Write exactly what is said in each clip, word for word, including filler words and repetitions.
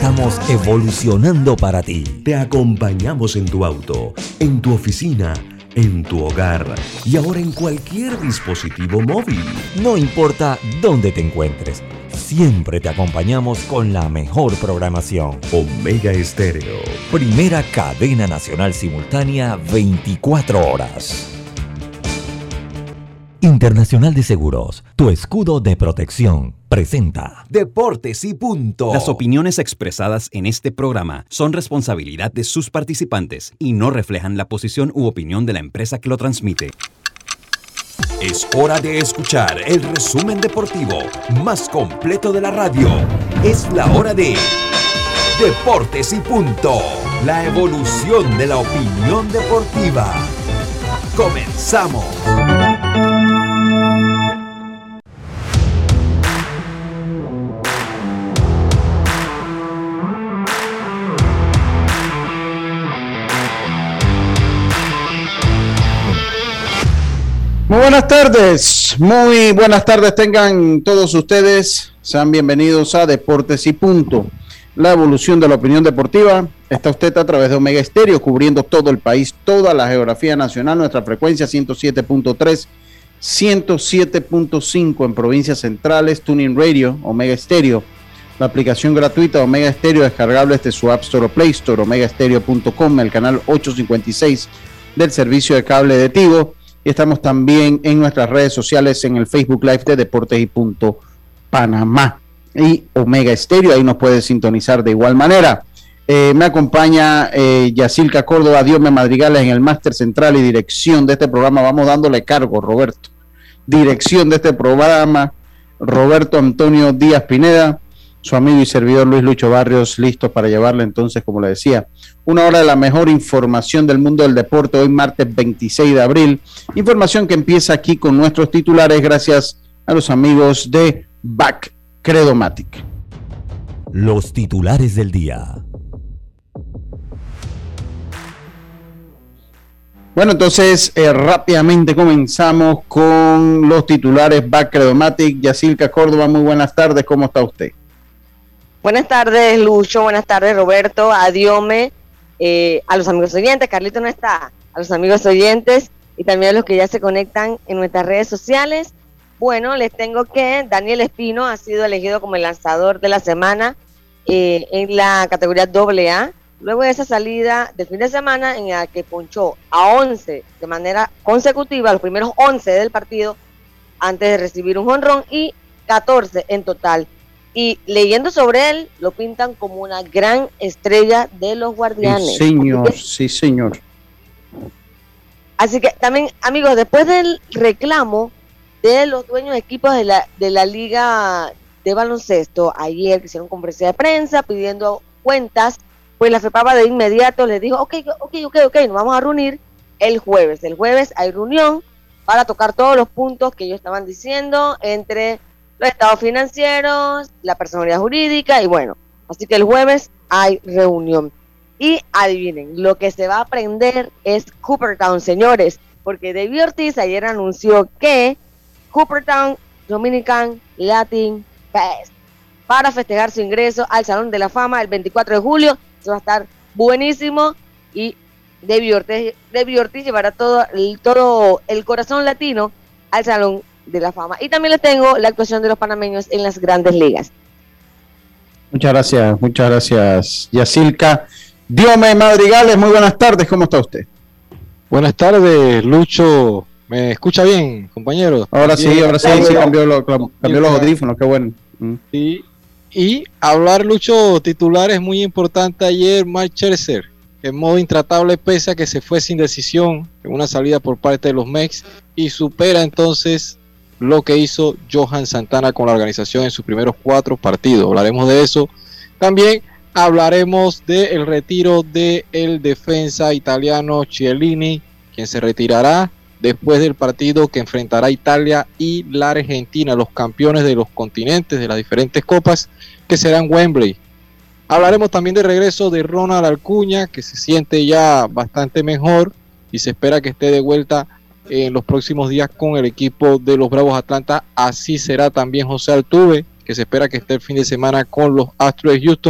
Estamos evolucionando para ti. Te acompañamos en tu auto, en tu oficina, en tu hogar y ahora en cualquier dispositivo móvil. No importa dónde te encuentres, siempre te acompañamos con la mejor programación. Omega Estéreo. Primera cadena nacional simultánea veinticuatro horas. Internacional de Seguros, tu escudo de protección, presenta Deportes y punto. Las opiniones expresadas en este programa son responsabilidad de sus participantes y no reflejan la posición u opinión de la empresa que lo transmite. Es hora de escuchar el resumen deportivo más completo de la radio. Es la hora de Deportes y punto. La evolución de la opinión deportiva. Comenzamos. Muy buenas tardes, muy buenas tardes tengan todos ustedes, sean bienvenidos a Deportes y Punto, la evolución de la opinión deportiva. Está usted a través de Omega Estéreo, cubriendo todo el país, toda la geografía nacional, nuestra frecuencia ciento siete punto tres, ciento siete punto cinco en provincias centrales, Tuning Radio, Omega Estéreo, la aplicación gratuita Omega Estéreo descargable desde su App Store o Play Store, omega estéreo punto com, el canal ochocientos cincuenta y seis del servicio de cable de Tigo. Y estamos también en nuestras redes sociales, en el Facebook Live de Deportes y Punto Panamá y Omega Estéreo, ahí nos puede sintonizar de igual manera. Eh, me acompaña eh, Yacilca Córdoba, Diome Madrigales en el máster central y dirección de este programa. Vamos dándole cargo, Roberto. Dirección de este programa, Roberto Antonio Díaz Pineda, su amigo y servidor Luis Lucho Barrios, listos para llevarle entonces, como le decía, una hora de la mejor información del mundo del deporte, hoy martes veintiséis de abril, información que empieza aquí con nuestros titulares gracias a los amigos de Back Credomatic. Los titulares del día. Bueno, entonces eh, rápidamente comenzamos con los titulares Back Credomatic. Yacilca Córdoba, muy buenas tardes, ¿cómo está usted? Buenas tardes, Lucho. Buenas tardes, Roberto. Adiome. Eh, a los amigos oyentes. Carlito no está. A los amigos oyentes y también a los que ya se conectan en nuestras redes sociales. Bueno, les tengo que Daniel Espino ha sido elegido como el lanzador de la semana eh, en la categoría doble A. Luego de esa salida del fin de semana en la que ponchó a once de manera consecutiva, los primeros once del partido, antes de recibir un jonrón, y catorce en total. Y leyendo sobre él, lo pintan como una gran estrella de los Guardianes. Sí, señor, que, sí, señor. Así que también, amigos, después del reclamo de los dueños de equipos de la, de la Liga de Baloncesto, ayer que hicieron conferencia de prensa pidiendo cuentas, pues la FEPABA de inmediato les dijo, ok, ok, ok, ok, nos vamos a reunir el jueves. El jueves hay reunión para tocar todos los puntos que ellos estaban diciendo entre los estados financieros, la personalidad jurídica y bueno, así que el jueves hay reunión. Y adivinen, lo que se va a aprender es Cooperstown, señores, porque David Ortiz ayer anunció que Cooperstown Dominican Latin Fest para festejar su ingreso al Salón de la Fama el veinticuatro de julio, eso va a estar buenísimo y David Ortiz, David Ortiz llevará todo el, todo el corazón latino al Salón de la Fama. Y también les tengo la actuación de los panameños en las grandes ligas. Muchas gracias, muchas gracias, Yacilca. Diome Madrigales, muy buenas tardes, ¿cómo está usted? Buenas tardes, Lucho. ¿Me escucha bien, compañero? Ahora sí, ahora sí, sí, cambió, lo, cambió los audífonos, qué bueno. Mm. Sí. Y hablar, Lucho, titulares muy importante ayer, Mark Scherzer, en modo intratable pese a que se fue sin decisión en una salida por parte de los Mets y supera entonces lo que hizo Johan Santana con la organización en sus primeros cuatro partidos. Hablaremos de eso. También hablaremos del retiro del defensa italiano Chiellini, quien se retirará después del partido que enfrentará Italia y la Argentina, los campeones de los continentes de las diferentes copas, que será en Wembley. Hablaremos también del regreso de Ronald Acuña, que se siente ya bastante mejor y se espera que esté de vuelta en los próximos días con el equipo de los Bravos Atlanta. Así será también José Altuve, que se espera que esté el fin de semana con los Astros de Houston.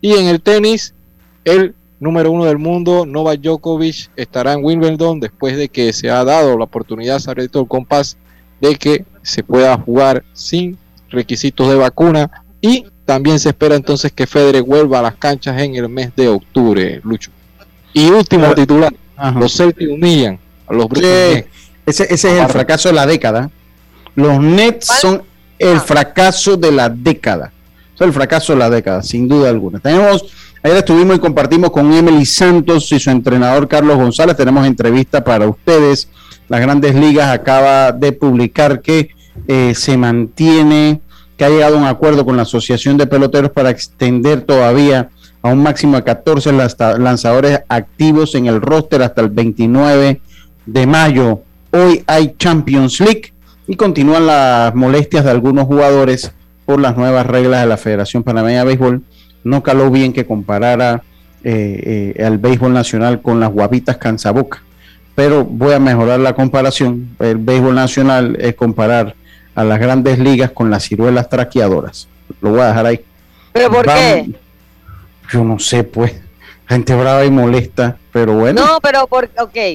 Y en el tenis, el número uno del mundo, Novak Djokovic, estará en Wimbledon después de que se ha dado la oportunidad, se ha abierto el compás de que se pueda jugar sin requisitos de vacuna, y también se espera entonces que Federer vuelva a las canchas en el mes de octubre, Lucho. Y último Pero, titular, ajá. los Celtics humillan a los Brooklyn sí, Nets. Ese, ese es el fracaso de la década. Los Nets ¿Cuál? son el fracaso de la década. Es el fracaso de la década, sin duda alguna. Tenemos, ayer estuvimos y compartimos con Emily Santos y su entrenador Carlos González. Tenemos entrevista para ustedes. Las Grandes Ligas acaba de publicar que eh, se mantiene, que ha llegado a un acuerdo con la Asociación de Peloteros para extender todavía a un máximo de catorce lanzadores activos en el roster hasta el veintinueve de mayo. Hoy hay Champions League y continúan las molestias de algunos jugadores por las nuevas reglas de la Federación Panameña de Béisbol. No caló bien que comparara eh, eh, al béisbol nacional con las guapitas cansaboca, pero voy a mejorar la comparación. El béisbol nacional es comparar a las Grandes Ligas con las ciruelas traqueadoras. Lo voy a dejar ahí. ¿Pero por Vamos, qué? Yo no sé, pues. Gente brava y molesta, pero bueno. No, pero por, ok. Eh,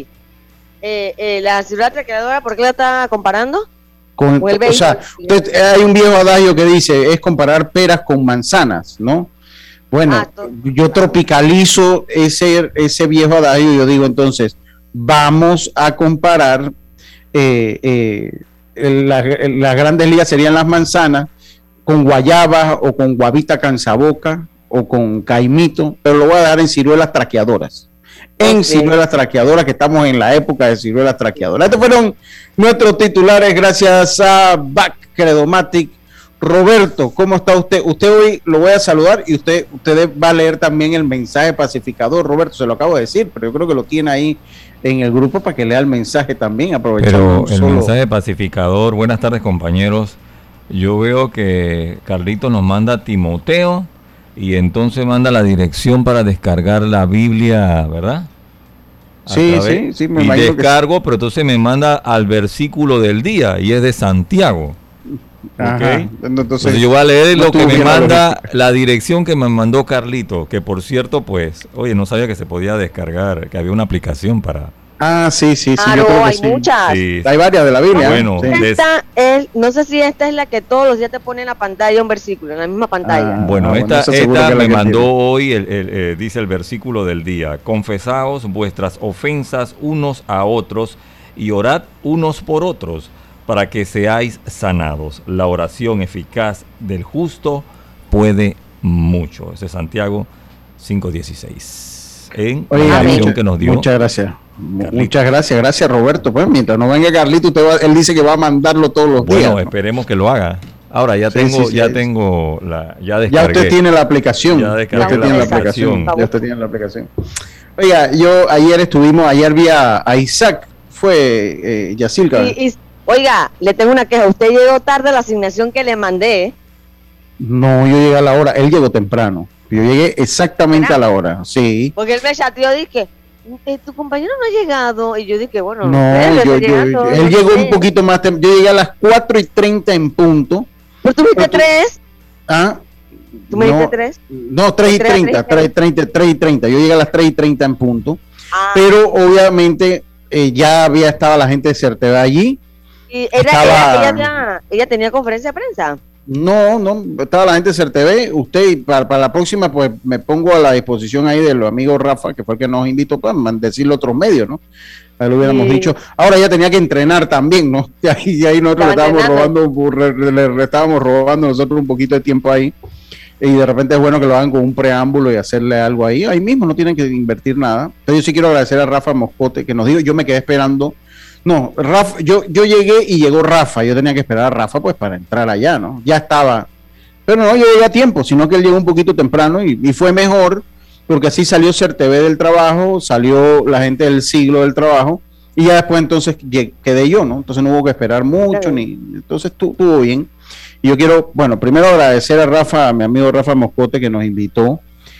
eh, la ciruela traqueadora, ¿por qué la está comparando? Con, o, o sea, usted, hay un viejo adagio que dice, es comparar peras con manzanas, ¿no? Bueno, ah, yo tropicalizo ese, ese viejo adagio y yo digo entonces, vamos a comparar eh, eh, las la Grandes Ligas serían las manzanas con guayaba o con guavita cansaboca o con caimito, pero lo voy a dejar en ciruelas traqueadoras. En okay. ciruelas traqueadoras, que estamos en la época de ciruelas traqueadoras. Estos fueron nuestros titulares gracias a Back Credomatic. Roberto, ¿cómo está usted? Usted hoy lo voy a saludar y usted, usted va a leer también el mensaje pacificador. Roberto, se lo acabo de decir, pero yo creo que lo tiene ahí en el grupo para que lea el mensaje también, aprovechando. Pero el solo... mensaje pacificador, buenas tardes compañeros. Yo veo que Carlito nos manda Timoteo y entonces manda la dirección para descargar la Biblia, ¿verdad? A sí, sí, sí, me y imagino descargo, que sí. Pero entonces me manda al versículo del día y es de Santiago. Okay. Entonces, entonces yo voy a leer no lo que me manda, la dirección que me mandó Carlito, que por cierto, pues, oye, no sabía que se podía descargar, que había una aplicación para... Ah, sí, sí, sí. Claro, yo creo que hay sí. muchas. Sí. Hay varias de la Biblia. Bueno, sí. Esta es, no sé si esta es la que todos los días te pone en la pantalla un versículo, en la misma pantalla. Ah, bueno, ah, esta, bueno, esta me mandó tiene. hoy, el, el, el, dice el versículo del día: confesaos vuestras ofensas unos a otros y orad unos por otros para que seáis sanados. La oración eficaz del justo puede mucho. Ese es Santiago cinco dieciséis. En Oye, la mucha, que nos dio. Muchas gracias. Carlito. Muchas gracias, gracias Roberto. Pues mientras no venga Carlito, usted va, él dice que va a mandarlo todos los bueno, días. Bueno, esperemos que lo haga. Ahora ya sí, tengo, sí, ya sí. tengo la, ya descargué. Ya usted tiene la aplicación. Ya descargué ya usted la, tiene la aplicación. aplicación. Ya usted tiene la aplicación. Oiga, yo ayer estuvimos, ayer vi a, a Isaac, fue eh, Yacilca. Y, y, oiga, le tengo una queja. Usted llegó tarde a la asignación que le mandé. No, yo llegué a la hora. Él llegó temprano. Yo llegué exactamente ¿Era? a la hora. Sí. Porque él me chateó, dije, eh, tu compañero no ha llegado. Y yo dije, bueno, no, él, yo, yo, yo, él llegó un poquito más temprano. Yo llegué a las cuatro y treinta en punto. ¿Pero tú viste tres? Ah. ¿Tú me no, dijiste tres? No, tres y treinta, tres y treinta. Yo llegué a las tres y treinta en punto. Ah. Pero obviamente eh, ya había estado la gente de Certeva allí. ¿Y era, estaba... ella, ella, ella tenía conferencia de prensa? No, no, estaba la gente de CERTV. Usted, para, para la próxima, pues me pongo a la disposición ahí de los amigos Rafa, que fue el que nos invitó para decirle otros medios, ¿no? Ahí lo hubiéramos sí. dicho. Ahora ya tenía que entrenar también, ¿no? Y ahí, y ahí nosotros le estábamos robando, le, le estábamos robando nosotros un poquito de tiempo ahí. Y de repente es bueno que lo hagan con un preámbulo y hacerle algo ahí. Ahí mismo no tienen que invertir nada. Entonces yo sí quiero agradecer a Rafa Moscote, que nos dijo, yo me quedé esperando. No, Rafa, yo, yo llegué y llegó Rafa, yo tenía que esperar a Rafa pues para entrar allá, ¿no? Ya estaba, pero no, yo llegué a tiempo, sino que él llegó un poquito temprano y, y fue mejor, porque así salió CERTV del trabajo, salió la gente del siglo del trabajo, y ya después entonces quedé yo, ¿no? Entonces no hubo que esperar mucho, claro. ni entonces estuvo bien. Y yo quiero, bueno, primero agradecer a Rafa, a mi amigo Rafa Moscote, que nos invitó,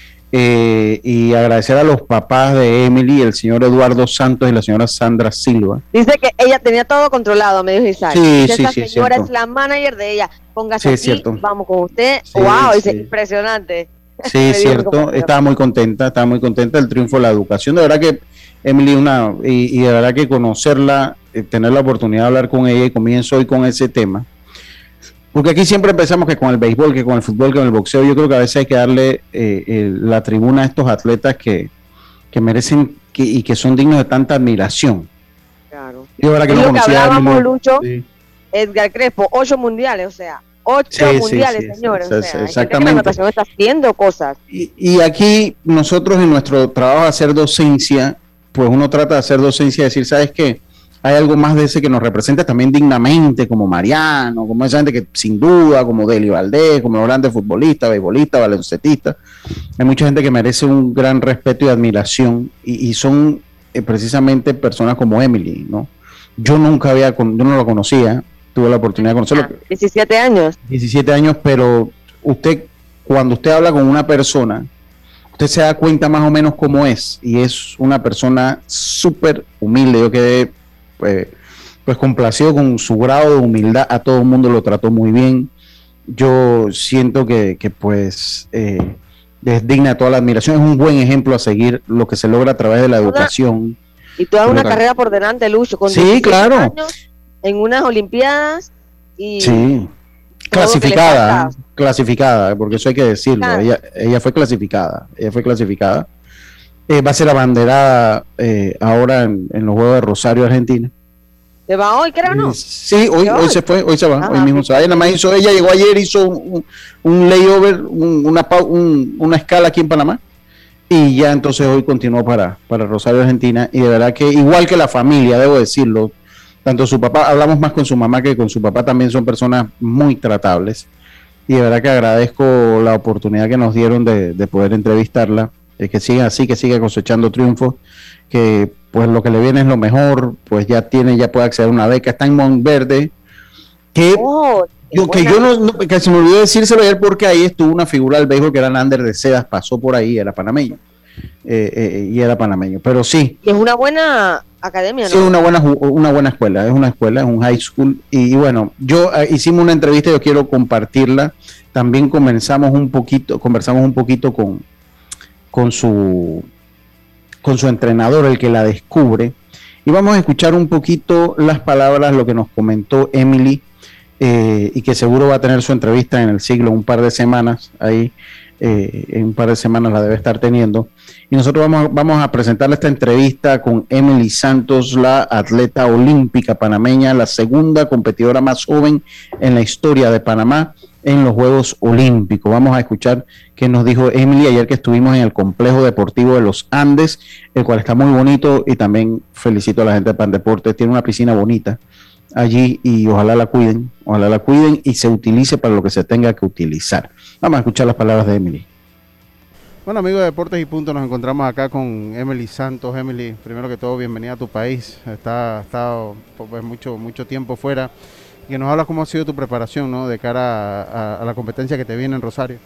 Eh, y agradecer a los papás de Emily, el señor Eduardo Santos y la señora Sandra Silva. Dice que ella tenía todo controlado, me dijo Isaac. Sí, dice, sí, esa sí, señora cierto. es la manager de ella. Póngase sí, aquí, vamos con usted. Sí, wow, sí. dice, impresionante. Sí, cierto, estaba muy contenta, estaba muy contenta del triunfo de la educación. De verdad que Emily, una, y, y de verdad que conocerla, eh, tener la oportunidad de hablar con ella, y comienzo hoy con ese tema. Porque aquí siempre empezamos que con el béisbol, que con el fútbol, que con el boxeo. Yo creo que a veces hay que darle eh, eh, la tribuna a estos atletas que, que merecen que, y que son dignos de tanta admiración. Claro. Yo, verdad que es no lo que conocía hablábamos, a Emily. Lucho, Sí. Edgar Crespo, ocho mundiales, o sea, ocho Sí, mundiales, sí, sí, señores. sí, o sí, sea, exactamente. Hay gente que la natación está haciendo cosas. Y, y aquí nosotros en nuestro trabajo de hacer docencia, pues uno trata de hacer docencia y decir, ¿sabes qué? Hay algo más de ese que nos representa también dignamente, como Mariano, como esa gente que sin duda, como Deli Valdés, como los grandes futbolistas, beisbolistas, baloncetistas. Hay mucha gente que merece un gran respeto y admiración y, y son eh, precisamente personas como Emily, ¿no? Yo nunca había, yo no la conocía, tuve la oportunidad de conocerlo. Ah, diecisiete años. diecisiete años, pero usted, cuando usted habla con una persona, usted se da cuenta más o menos cómo es, y es una persona súper humilde. Yo quedé pues, pues complacido con su grado de humildad, a todo el mundo lo trató muy bien. Yo siento que, que pues eh, es digna de toda la admiración, es un buen ejemplo a seguir lo que se logra a través de la educación. Y toda una carrera por delante, Lucho, con sí, claro. años, en unas Olimpiadas y sí. Clasificada, clasificada, porque eso hay que decirlo. Claro. Ella, ella fue clasificada, ella fue clasificada. Eh, va a ser abanderada eh, ahora en, en los Juegos de Rosario, Argentina. ¿Se va hoy, creo, no? Sí, hoy, hoy se fue, hoy se va, Ajá, hoy mismo se va. Ella nada más hizo, ella llegó ayer, hizo un, un layover, un, una, un, una escala aquí en Panamá, y ya entonces hoy continuó para, para Rosario, Argentina, y de verdad que igual que la familia, debo decirlo, tanto su papá, hablamos más con su mamá que con su papá, también son personas muy tratables, y de verdad que agradezco la oportunidad que nos dieron de, de poder entrevistarla, eh, que siga así, que siga cosechando triunfos, que pues lo que le viene es lo mejor, pues ya tiene, ya puede acceder a una beca, está en Montverde, que, oh, yo, que yo no, no, que se me olvidó decírselo ayer, porque ahí estuvo una figura del béisbol que era Nander de Cedas, pasó por ahí, era panameño, eh, eh, y era panameño, pero sí. Y es una buena academia, ¿no? Sí, una buena, una buena escuela, es una escuela, es un high school, y, y bueno, yo eh, hicimos una entrevista, yo quiero compartirla, también conversamos un poquito, conversamos un poquito con, con su con su entrenador, el que la descubre, y vamos a escuchar un poquito las palabras, lo que nos comentó Emily, eh, y que seguro va a tener su entrevista en el siglo un par de semanas, ahí eh, en un par de semanas la debe estar teniendo, y nosotros vamos, vamos a presentarle esta entrevista con Emily Santos, la atleta olímpica panameña, la segunda competidora más joven en la historia de Panamá en los Juegos Olímpicos. Vamos a escuchar qué nos dijo Emily ayer que estuvimos en el Complejo Deportivo de los Andes, el cual está muy bonito, y también felicito a la gente de Pandeportes, tiene una piscina bonita allí y ojalá la cuiden, ojalá la cuiden y se utilice para lo que se tenga que utilizar. Vamos a escuchar las palabras de Emily. Bueno, amigos de Deportes y Punto, nos encontramos acá con Emily Santos. Emily, primero que todo, bienvenida a tu país. Está, ha estado pues, mucho, mucho tiempo fuera. Que nos hablas cómo ha sido tu preparación, ¿no? De cara a, a, a la competencia que te viene en Rosario.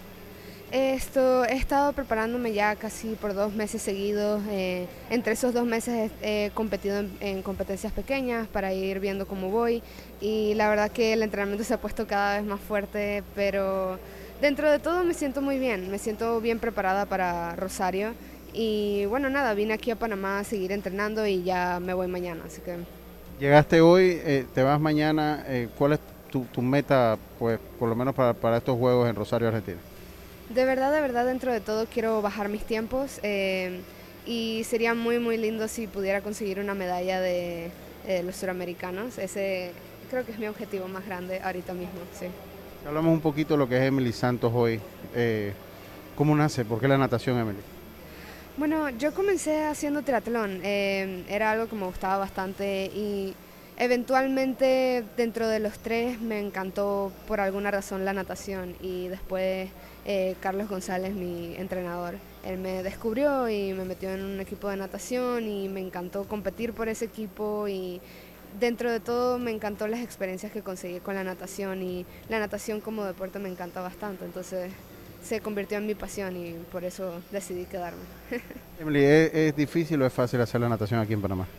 Esto, he estado preparándome ya casi por dos meses seguidos. Eh, entre esos dos meses he, he competido en, en competencias pequeñas para ir viendo cómo voy. Y la verdad que el entrenamiento se ha puesto cada vez más fuerte, pero dentro de todo me siento muy bien. Me siento bien preparada para Rosario. Y bueno, nada, vine aquí a Panamá a seguir entrenando y ya me voy mañana, así que... Llegaste hoy, eh, te vas mañana. Eh, ¿Cuál es tu, tu meta, pues, por lo menos para, para estos Juegos en Rosario, Argentina? De verdad, de verdad, dentro de todo quiero bajar mis tiempos eh, y sería muy, muy lindo si pudiera conseguir una medalla de eh, los suramericanos. Ese creo que es mi objetivo más grande ahorita mismo, sí. Hablamos un poquito de lo que es Emily Santos hoy. Eh, ¿Cómo nace? ¿Por qué la natación, Emily? Bueno, yo comencé haciendo triatlón, eh, era algo que me gustaba bastante y eventualmente dentro de los tres me encantó por alguna razón la natación y después eh, Carlos González, mi entrenador, él me descubrió y me metió en un equipo de natación y me encantó competir por ese equipo y dentro de todo me encantó las experiencias que conseguí con la natación y la natación como deporte me encanta bastante, entonces... se convirtió en mi pasión y por eso decidí quedarme. Emily, ¿es, ¿es difícil o es fácil hacer la natación aquí en Panamá?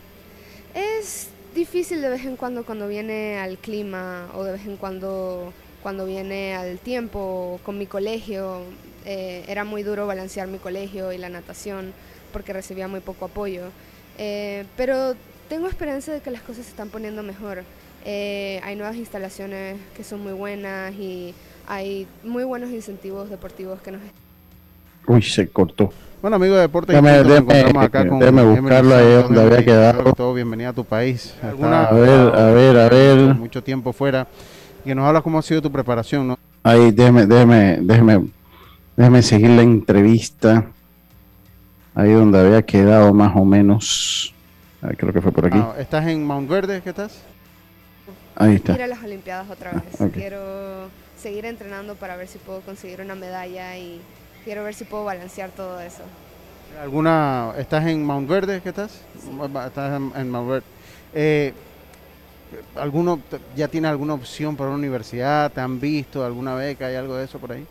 Es difícil de vez en cuando cuando viene al clima o de vez en cuando cuando viene al tiempo con mi colegio. eh, era muy duro balancear mi colegio y la natación porque recibía muy poco apoyo. Eh, pero tengo esperanza de que las cosas se están poniendo mejor. Eh, hay nuevas instalaciones que son muy buenas y hay muy buenos incentivos deportivos que nos... Uy, se cortó. Bueno, amigo de Deportes, déjame, nos déjame, encontramos acá con déjame buscarlo ahí donde había quedado. Todo, bienvenida a tu país. ¿Alguna, a ver, a ver, a ver. Mucho tiempo fuera. Que nos hablas cómo ha sido tu preparación, ¿no? Ahí, déjeme, déjeme, déjeme, déjeme seguir la entrevista. Ahí donde había quedado más o menos. Ahí, creo que fue por aquí. Ah, ¿estás en Mount Verde? ¿Qué estás? Ahí está. Ir a las Olimpiadas otra vez. Okay. Quiero seguir entrenando para ver si puedo conseguir una medalla y quiero ver si puedo balancear todo eso. ¿Alguna, ¿Estás en Mount Verde? ¿Qué estás? Sí. Estás en, en Mount Verde. Eh, ¿alguno, ¿Ya tienes alguna opción para una universidad? ¿Te han visto alguna beca? ¿Hay algo de eso por ahí?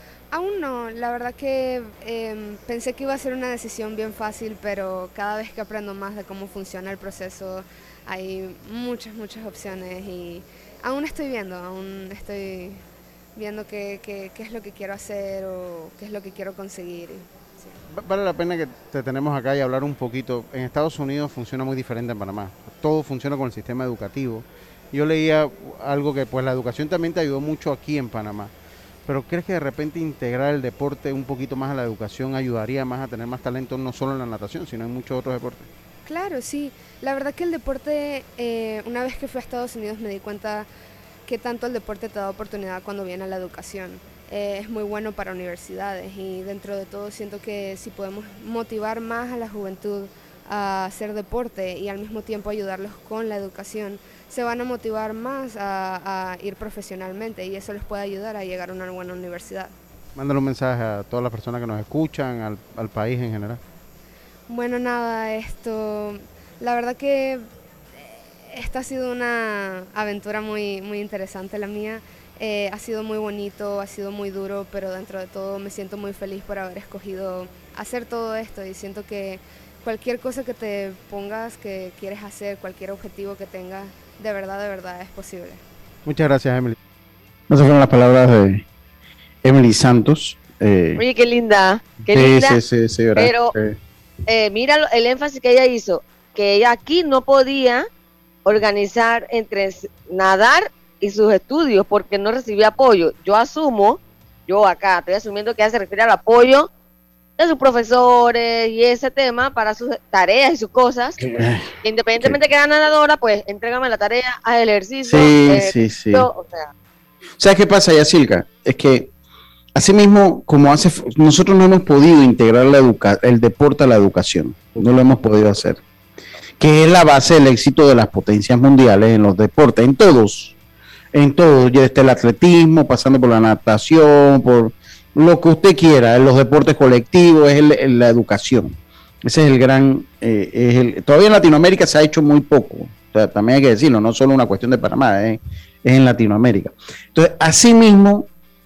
Aún no, la verdad que eh, pensé que iba a ser una decisión bien fácil, pero cada vez que aprendo más de cómo funciona el proceso, hay muchas, muchas opciones y aún estoy viendo, aún estoy viendo qué, qué, qué es lo que quiero hacer o qué es lo que quiero conseguir. Sí. Vale la pena que te tenemos acá y hablar un poquito. En Estados Unidos funciona muy diferente en Panamá. Todo funciona con el sistema educativo. Yo leía algo que pues la educación también te ayudó mucho aquí en Panamá. Pero ¿crees que de repente integrar el deporte un poquito más a la educación ayudaría más a tener más talento no solo en la natación, sino en muchos otros deportes? Claro, sí. La verdad que el deporte, eh, una vez que fui a Estados Unidos me di cuenta que tanto el deporte te da oportunidad cuando viene a la educación. Eh, es muy bueno para universidades y dentro de todo siento que si podemos motivar más a la juventud a hacer deporte y al mismo tiempo ayudarlos con la educación, se van a motivar más a, a ir profesionalmente y eso les puede ayudar a llegar a una buena universidad. Mándale un mensaje a todas las personas que nos escuchan, al, al país en general. Bueno, nada, esto, la verdad que esta ha sido una aventura muy, muy interesante la mía. Eh, ha sido muy bonito, ha sido muy duro, pero dentro de todo me siento muy feliz por haber escogido hacer todo esto y siento que cualquier cosa que te pongas, que quieres hacer, cualquier objetivo que tengas, de verdad, de verdad es posible. Muchas gracias, Emily. Esas fueron las palabras de Emily Santos. Eh, Oye, qué linda, qué sí, linda. Sí, sí, sí, ¿verdad? Pero Sí. eh, mira el énfasis que ella hizo, que ella aquí no podía organizar entre nadar y sus estudios porque no recibía apoyo. Yo asumo, yo acá estoy asumiendo que ella se refiere al apoyo de sus profesores y ese tema para sus tareas y sus cosas. Que independientemente que era nadadora, pues entrégame la tarea, haz el ejercicio. Sí, eh, sí, sí. yo, o sea. ¿Sabes qué pasa, Yacilca? Es que así mismo, como hace, nosotros no hemos podido integrar la educa el deporte a la educación, no lo hemos podido hacer, que es la base del éxito de las potencias mundiales en los deportes, en todos, en todos, desde el atletismo, pasando por la natación, por lo que usted quiera, en los deportes colectivos, es el, el, la educación. Ese es el gran, eh, es el, todavía en Latinoamérica se ha hecho muy poco, o sea, también hay que decirlo, no solo una cuestión de Panamá, eh, es en Latinoamérica. Entonces, así mismo,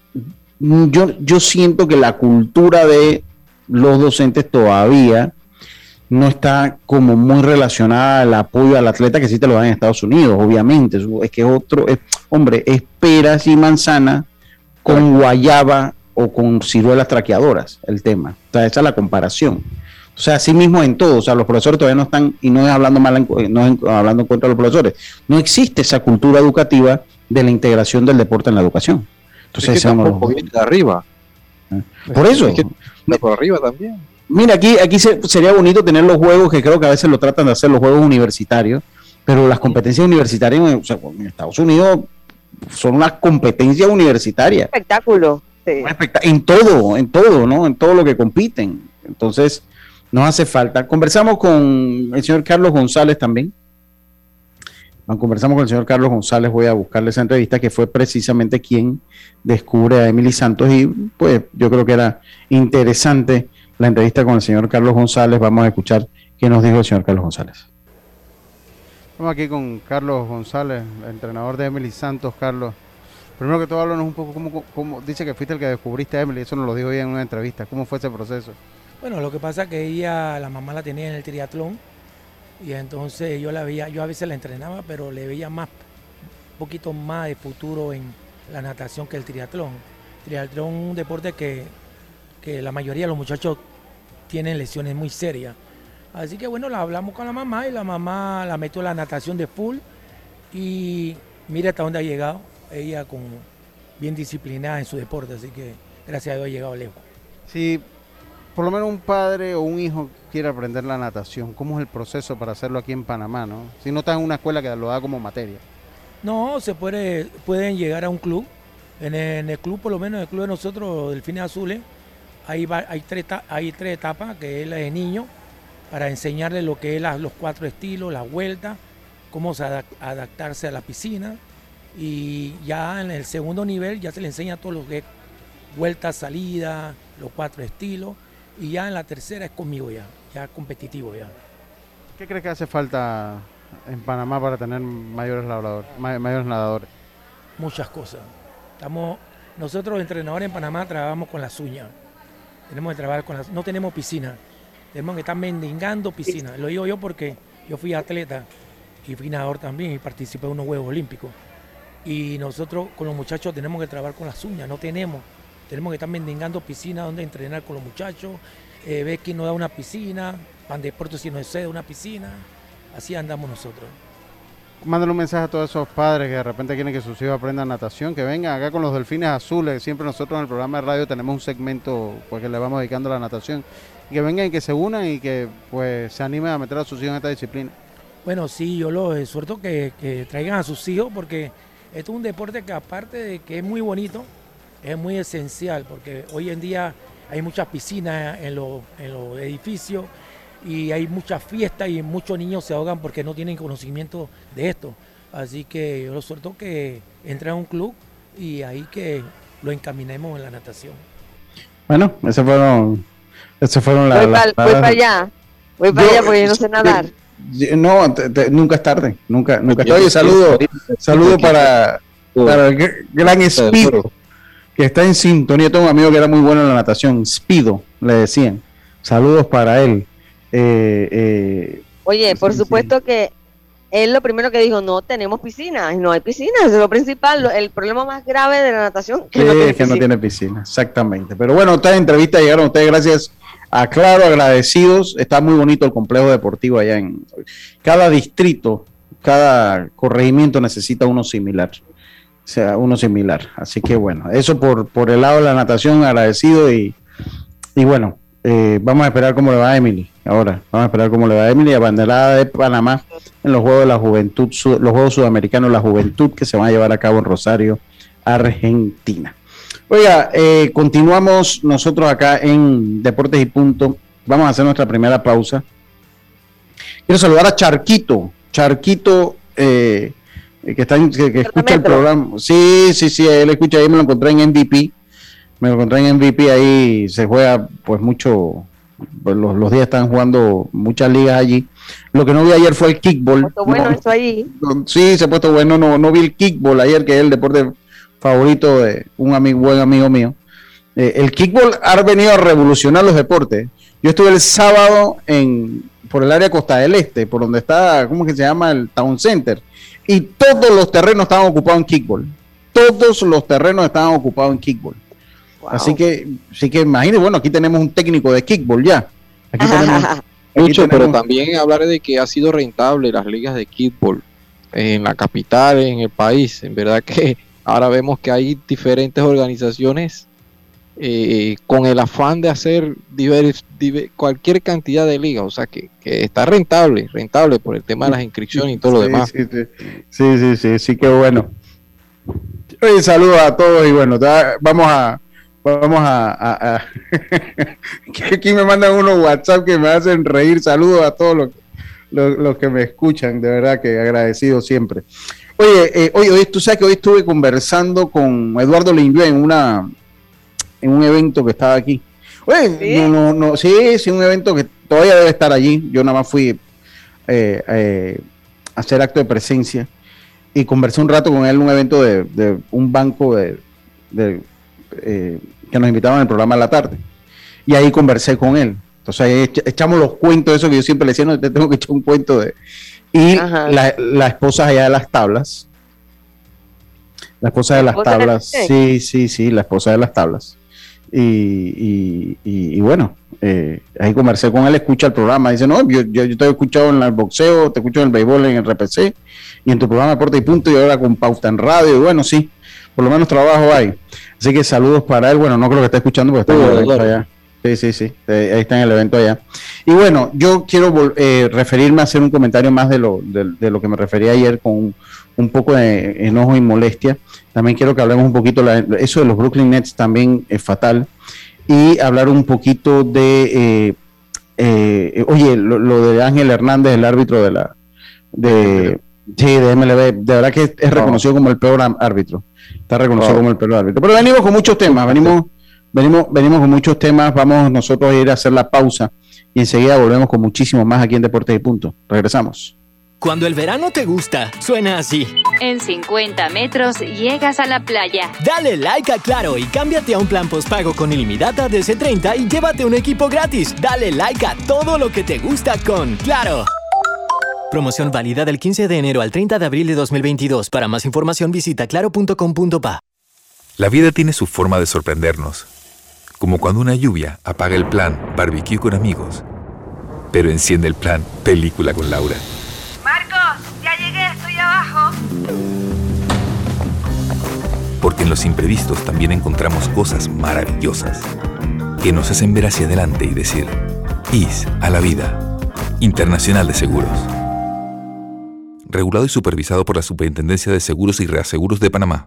yo, yo siento que la cultura de los docentes todavía no está como muy relacionada al apoyo al atleta que sí te lo dan en Estados Unidos, obviamente. Es que es otro, es, hombre, es peras y manzana con guayaba o con ciruelas traqueadoras el tema. O sea, esa es la comparación. O sea, así mismo en todo. O sea, los profesores todavía no están, y no es hablando mal, en, no es hablando en contra de los profesores, no existe esa cultura educativa de la integración del deporte en la educación. Entonces, es que tampoco viene de arriba. Por eso. Es que de por arriba también. Mira, aquí, aquí se, sería bonito tener los juegos, que creo que a veces lo tratan de hacer los juegos universitarios, pero las competencias universitarias, o sea, en Estados Unidos son unas competencias universitarias. Espectáculo. Sí. En todo, en todo, ¿no? En todo lo que compiten. Entonces, nos hace falta. Conversamos con el señor Carlos González también. Conversamos con el señor Carlos González, voy a buscarle esa entrevista, que fue precisamente quien descubre a Emily Santos, y pues yo creo que era interesante la entrevista con el señor Carlos González. Vamos a escuchar qué nos dijo el señor Carlos González. Estamos aquí con Carlos González, el entrenador de Emily Santos. Carlos, primero que todo, háblanos un poco, cómo, cómo dice que fuiste el que descubriste a Emily, eso nos lo dijo ella en una entrevista. ¿Cómo fue ese proceso? Bueno, lo que pasa es que ella, la mamá la tenía en el triatlón, y entonces yo la veía, yo a veces la entrenaba, pero le veía más, un poquito más de futuro en la natación que el triatlón. El triatlón es un deporte que que la mayoría de los muchachos tienen lesiones muy serias. Así que bueno, la hablamos con la mamá y la mamá la metió a la natación de full y mira hasta dónde ha llegado. Ella con bien disciplinada en su deporte, así que gracias a Dios ha llegado lejos. Si por lo menos un padre o un hijo quiere aprender la natación, ¿cómo es el proceso para hacerlo aquí en Panamá, no? Si no está en una escuela que lo da como materia. No, se puede, pueden llegar a un club. En el, en el club, por lo menos en el club de nosotros, Delfines Azules, hay, va, hay, tres, hay tres etapas, que es la de niño, para enseñarle lo que es la, los cuatro estilos, las vueltas, cómo se adapt, adaptarse a la piscina. Y ya en el segundo nivel ya se le enseña todo lo que es vueltas, salida, los cuatro estilos. Y ya en la tercera es conmigo ya, ya competitivo ya. ¿Qué crees que hace falta en Panamá para tener mayores nadadores? Mayores nadadores? Muchas cosas. Estamos, nosotros entrenadores en Panamá trabajamos con las uñas. Tenemos que trabajar con las, no tenemos piscina. Tenemos que estar mendigando piscina. Lo digo yo porque yo fui atleta y fui nadador también y participé en unos Juegos Olímpicos. Y nosotros con los muchachos tenemos que trabajar con las uñas, no tenemos. Tenemos que estar mendigando piscina donde entrenar con los muchachos, eh, ver quién nos da una piscina, Pan Deportes si nos cede una piscina, así andamos nosotros. Mándale un mensaje a todos esos padres que de repente quieren que sus hijos aprendan natación, que vengan acá con los Delfines Azules. Siempre nosotros en el programa de radio tenemos un segmento pues, que le vamos dedicando a la natación. Y que vengan y que se unan y que pues se animen a meter a sus hijos en esta disciplina. Bueno, sí, yo los exhorto que, que traigan a sus hijos porque esto es un deporte que aparte de que es muy bonito, es muy esencial porque hoy en día hay muchas piscinas en los, en los edificios y hay muchas fiestas y muchos niños se ahogan porque no tienen conocimiento de esto. Así que yo los suelto que entren a un club y ahí que lo encaminemos en la natación. Bueno, esas fueron, esas fueron las... Voy para pa allá, voy para allá porque yo no sé nadar. Yo, no, te, te, nunca es tarde, nunca, nunca es tarde. Saludo, saludo para, para el gran Speedo, que está en sintonía. Tengo un amigo que era muy bueno en la natación, Speedo, le decían. Saludos para él. Eh, eh, Oye, por sí, supuesto sí. que él lo primero que dijo, no tenemos piscina, no hay piscina, eso es lo principal, lo, el problema más grave de la natación que, sí, no, tiene que no tiene piscina, exactamente. Pero bueno, estas entrevistas llegaron a ustedes gracias a Claro, agradecidos. Está muy bonito el complejo deportivo allá en cada distrito, cada corregimiento necesita uno similar, o sea, uno similar. Así que bueno, eso por, por el lado de la natación, agradecido y, y bueno, eh, vamos a esperar cómo le va a Emily. Ahora, vamos a esperar cómo le va a Emily, abanderada de Panamá en los Juegos de la Juventud, los Juegos Sudamericanos de la Juventud que se van a llevar a cabo en Rosario, Argentina. Oiga, eh, continuamos nosotros acá en Deportes y Punto. Vamos a hacer nuestra primera pausa. Quiero saludar a Charquito, Charquito, eh, que está en, que, que escucha el programa. Sí, sí, sí, él escucha, ahí me lo encontré en M V P. Me lo encontré en M V P, ahí se juega pues mucho, pues, los, los días están jugando muchas ligas allí. Lo que no vi ayer fue el kickball. Se puesto bueno no, eso allí. No, sí, se ha puesto bueno, no, no vi el kickball ayer, que es el deporte favorito de un amigo, buen amigo mío. Eh, el kickball ha venido a revolucionar los deportes. Yo estuve el sábado en por el área Costa del Este, por donde está, ¿cómo que se llama? El Town Center. Y todos los terrenos estaban ocupados en kickball. Todos los terrenos estaban ocupados en kickball. Wow. Así que, así que imagínate, bueno, aquí tenemos un técnico de kickball ya. Aquí tenemos, aquí Mucho, tenemos... pero también hablar de que ha sido rentable las ligas de kickball en la capital, en el país. En verdad que ahora vemos que hay diferentes organizaciones eh, con el afán de hacer divers, diver, cualquier cantidad de ligas, o sea que, que está rentable, rentable por el tema de las inscripciones y todo sí, lo demás. Sí, sí, sí, sí, sí, sí, que bueno. Oye, saludos a todos y bueno, vamos a vamos a, a, a que aquí me mandan unos WhatsApp que me hacen reír. Saludos a todos los, los, los que me escuchan, de verdad que agradecido siempre. Oye, eh, oye, oye, tú sabes que hoy estuve conversando con Eduardo Lingué en una en un evento que estaba aquí. Oye, ¿sí? no, no, no, sí, sí, un evento que todavía debe estar allí. Yo nada más fui eh, eh, a hacer acto de presencia y conversé un rato con él en un evento de, de un banco de, de eh, que nos invitaban al programa de la tarde. Y ahí conversé con él. Entonces ahí echamos los cuentos de eso que yo siempre le decía, no, te tengo que echar un cuento de... Y la, la esposa allá de las tablas. La esposa de las tablas. Sí, sí, sí, la esposa de las tablas. Y, y, y, y bueno, eh, ahí conversé con él, escucha el programa, dice, no, yo, yo, yo te he escuchado en el boxeo, te escucho en el béisbol, en el R P C, y en tu programa Deporte y Punto, y ahora con Pauta en Radio, y bueno, sí, por lo menos trabajo hay. Así que saludos para él, bueno, no creo que esté escuchando porque está uh, en el evento allá. Sí, sí, sí, eh, ahí está en el evento allá. Y bueno, yo quiero eh, referirme a hacer un comentario más de lo, de, de lo que me refería ayer con un, un poco de enojo y molestia. También quiero que hablemos un poquito, la, eso de los Brooklyn Nets también es fatal. Y hablar un poquito de, eh, eh, oye, lo, lo de Ángel Hernández, el árbitro de la, de, sí, de M L B, de verdad que es reconocido como el peor árbitro. Está reconocido como el peor árbitro. Pero venimos con muchos temas, venimos, venimos, venimos con muchos temas. Vamos nosotros a ir a hacer la pausa y enseguida volvemos con muchísimo más aquí en Deportes y Punto. Regresamos. Cuando el verano te gusta, suena así. En cincuenta metros llegas a la playa. Dale like a Claro y cámbiate a un plan postpago con ilimitada de C treinta y llévate un equipo gratis. Dale like a todo lo que te gusta con Claro. Promoción válida del quince de enero al treinta de abril de dos mil veintidós. Para más información visita claro punto com punto pa. La vida tiene su forma de sorprendernos. Como cuando una lluvia apaga el plan barbecue con amigos, pero enciende el plan película con Laura. Marcos, ya llegué, estoy abajo. Porque en los imprevistos también encontramos cosas maravillosas que nos hacen ver hacia adelante y decir, I S a la vida. Internacional de Seguros. Regulado y supervisado por la Superintendencia de Seguros y Reaseguros de Panamá.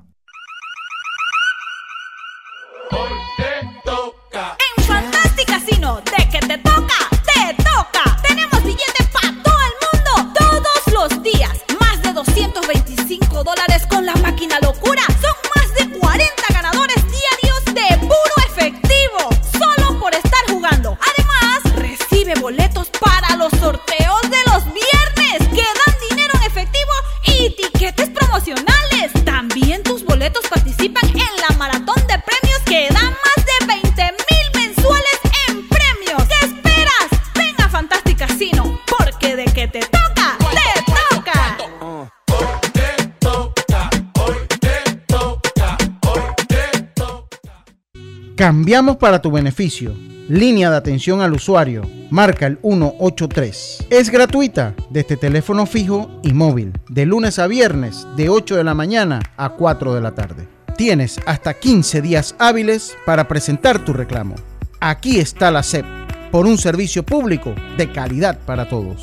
En Fantastic Casino, de que te toca, te toca. Tenemos billetes para todo el mundo, todos los días. Más de doscientos veinticinco dólares con la máquina locura. Son más de cuarenta ganadores diarios de puro efectivo, solo por estar jugando. Además, recibe boletos para los sorteos de los viernes, que dan dinero en efectivo y tiquetes promocionales. También tus boletos participan en la maratón de premios que dan más de veinte mil mensuales en premios. ¿Qué esperas? Ven a Fantastic Casino, porque de que te toca, te toca. Hoy te toca, hoy te toca, hoy te toca. Cambiamos para tu beneficio. Línea de atención al usuario. Marca el uno ocho tres. Es gratuita desde teléfono fijo y móvil. De lunes a viernes, de ocho de la mañana a cuatro de la tarde. Tienes hasta quince días hábiles para presentar tu reclamo. Aquí está la S E P, por un servicio público de calidad para todos.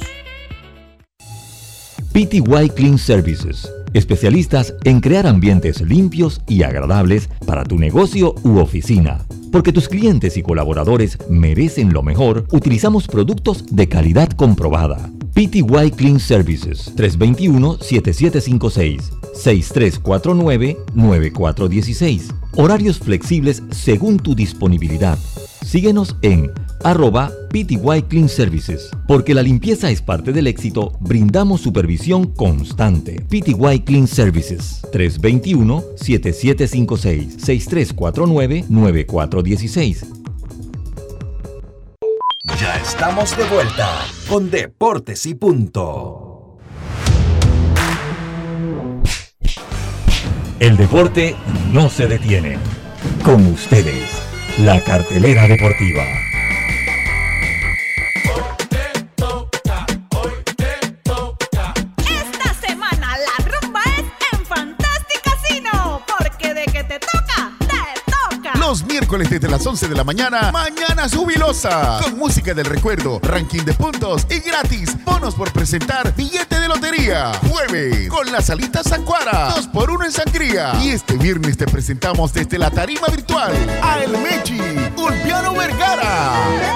P T Y Clean Services, especialistas en crear ambientes limpios y agradables para tu negocio u oficina. Porque tus clientes y colaboradores merecen lo mejor, utilizamos productos de calidad comprobada. P T Y Clean Services, tres dos uno, siete siete cinco seis, seis tres cuatro nueve, nueve cuatro uno seis. Horarios flexibles según tu disponibilidad. Síguenos en arroba P T Y Clean Services. Porque la limpieza es parte del éxito, brindamos supervisión constante. P T Y Clean Services, tres dos uno, siete siete cinco seis, seis tres cuatro nueve, nueve cuatro uno seis. Ya estamos de vuelta con Deportes y Punto. El deporte no se detiene. Con ustedes, la cartelera deportiva. Esta semana la rumba es en Fantastic Casino, porque de que te toca, te toca. Los miércoles desde las once de la mañana, Mañana Jubilosa, con música del recuerdo, ranking de puntos y gratis, bonos por presentar, billete de lotería. Jueves, con las alitas Sancuara, dos por uno en sangría. Y este viernes te presentamos desde la tarima virtual a El Mechi, Ulpiano Vergara.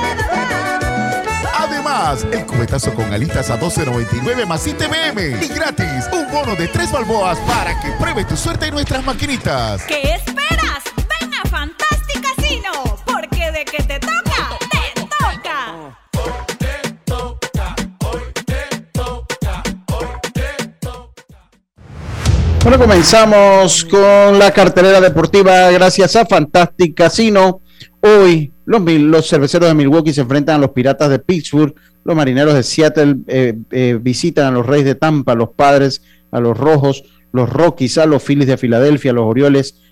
Además, el cubetazo con alitas a doce noventa y nueve más I T B M. Y gratis, un bono de tres balboas para que pruebe tu suerte en nuestras maquinitas. ¿Qué esperas? Ven a Fantastic Casino, porque de que te toca, te toca. Bueno, comenzamos con la cartelera deportiva gracias a Fantastic Casino. Hoy los, los cerveceros de Milwaukee se enfrentan a los Piratas de Pittsburgh, los Marineros de Seattle eh, eh, visitan a los Reyes de Tampa, los Padres a los Rojos, los Rockies a los Phillies de Filadelfia, los Orioles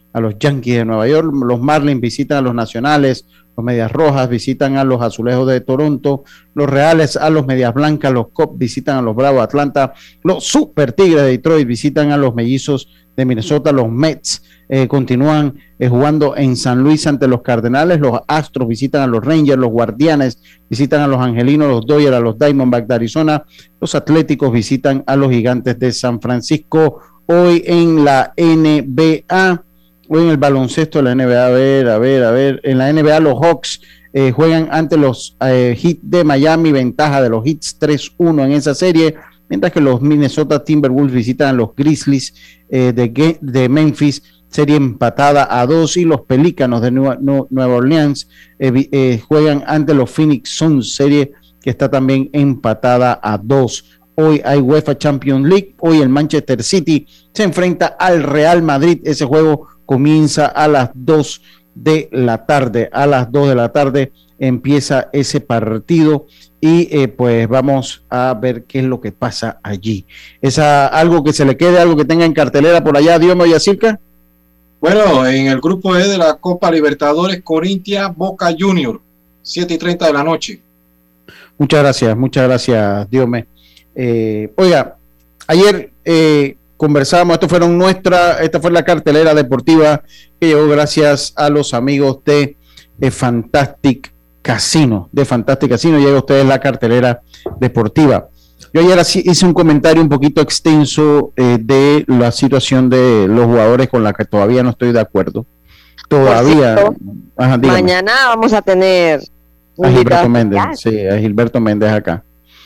a los Yankees de Nueva York, los Marlins visitan a los Nacionales, los Medias Rojas visitan a los Azulejos de Toronto, los Reales a los Medias Blancas, los Cubs visitan a los Bravos de Atlanta, los Super Tigres de Detroit visitan a los Mellizos de Minnesota, los Mets eh, continúan eh, jugando en San Luis ante los Cardenales, los Astros visitan a los Rangers, los Guardianes visitan a los Angelinos, los Dodgers a los Diamondbacks de Arizona, los Atléticos visitan a los Gigantes de San Francisco. Hoy en la N B A, hoy en el baloncesto de la N B A, a ver, a ver, a ver, en la N B A los Hawks eh, juegan ante los eh, Heat de Miami, ventaja de los Heats tres uno en esa serie, mientras que los Minnesota Timberwolves visitan a los Grizzlies eh, de, de Memphis, serie empatada a dos, y los Pelícanos de Nueva, Nueva Orleans eh, eh, juegan ante los Phoenix Suns, serie que está también empatada a dos. Hoy hay UEFA Champions League, hoy el Manchester City se enfrenta al Real Madrid, ese juego comienza a las dos de la tarde, a las dos de la tarde empieza ese partido y eh, pues vamos a ver qué es lo que pasa allí. ¿Es algo que se le quede, algo que tenga en cartelera por allá, Diomo Yacirca? Bueno, en el grupo E de la Copa Libertadores, Corinthians Boca Junior, siete y treinta de la noche. Muchas gracias, muchas gracias, Diome. Eh, oiga, ayer eh, conversábamos, esto fueron nuestra, esta fue la cartelera deportiva que llegó gracias a los amigos de, de Fantastic Casino, de Fantastic Casino, llega a ustedes la cartelera deportiva. Yo ayer hice un comentario un poquito extenso eh, de la situación de los jugadores con la que todavía no estoy de acuerdo. Todavía. Cierto, ajá, mañana vamos a tener a Gilberto Méndez, sí, a Gilberto Méndez acá.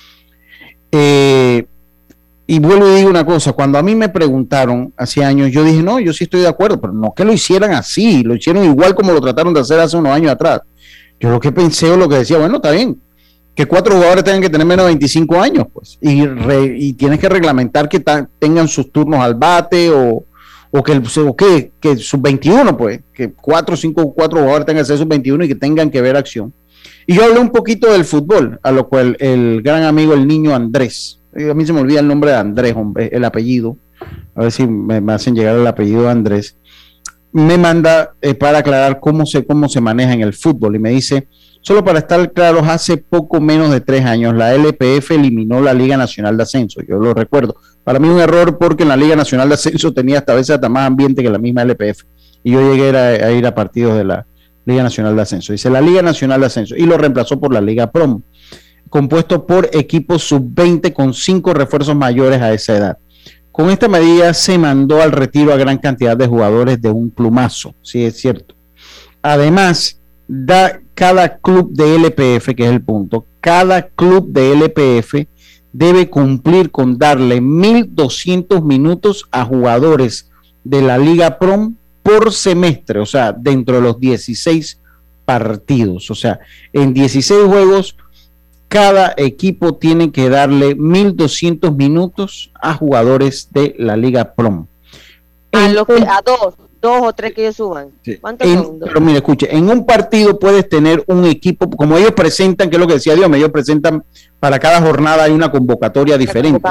Eh, y vuelvo y digo una cosa, cuando a mí me preguntaron hace años, yo dije, no, yo sí estoy de acuerdo, pero no que lo hicieran así, lo hicieron igual como lo trataron de hacer hace unos años atrás. Yo lo que pensé o lo que decía, bueno, está bien, que cuatro jugadores tengan que tener menos de veinticinco años, pues, y, re, y tienes que reglamentar que ta, tengan sus turnos al bate o, o que, o que, que sus veintiuno, pues, que cuatro, cinco, cuatro jugadores tengan que ser sus veintiuno y que tengan que ver acción. Y yo hablé un poquito del fútbol, a lo cual el gran amigo, el niño Andrés, a mí se me olvida el nombre de Andrés, hombre, el apellido, a ver si me, me hacen llegar el apellido de Andrés, me manda eh, para aclarar cómo se, cómo se maneja en el fútbol y me dice, solo para estar claros, hace poco menos de tres años la L P F eliminó la Liga Nacional de Ascenso, yo lo recuerdo, para mí un error porque en la Liga Nacional de Ascenso tenía hasta a veces hasta más ambiente que la misma L P F y yo llegué a, a ir a partidos de la Liga Nacional de Ascenso, dice la Liga Nacional de Ascenso y lo reemplazó por la Liga Prom, compuesto por equipos sub veinte con cinco refuerzos mayores a esa edad. Con esta medida se mandó al retiro a gran cantidad de jugadores de un plumazo, sí es cierto. Además, da cada club de L P F, que es el punto, cada club de L P F debe cumplir con darle mil doscientos minutos a jugadores de la Liga Prom por semestre, o sea, dentro de los dieciséis partidos, o sea, en dieciséis juegos, cada equipo tiene que darle mil doscientos minutos a jugadores de la Liga Prom. A, los que, a dos, dos o tres que ellos suban. Sí. ¿Cuántos son? Pero mire, escuche, en un partido puedes tener un equipo, como ellos presentan, que es lo que decía Dios, ellos presentan, para cada jornada hay una convocatoria diferente.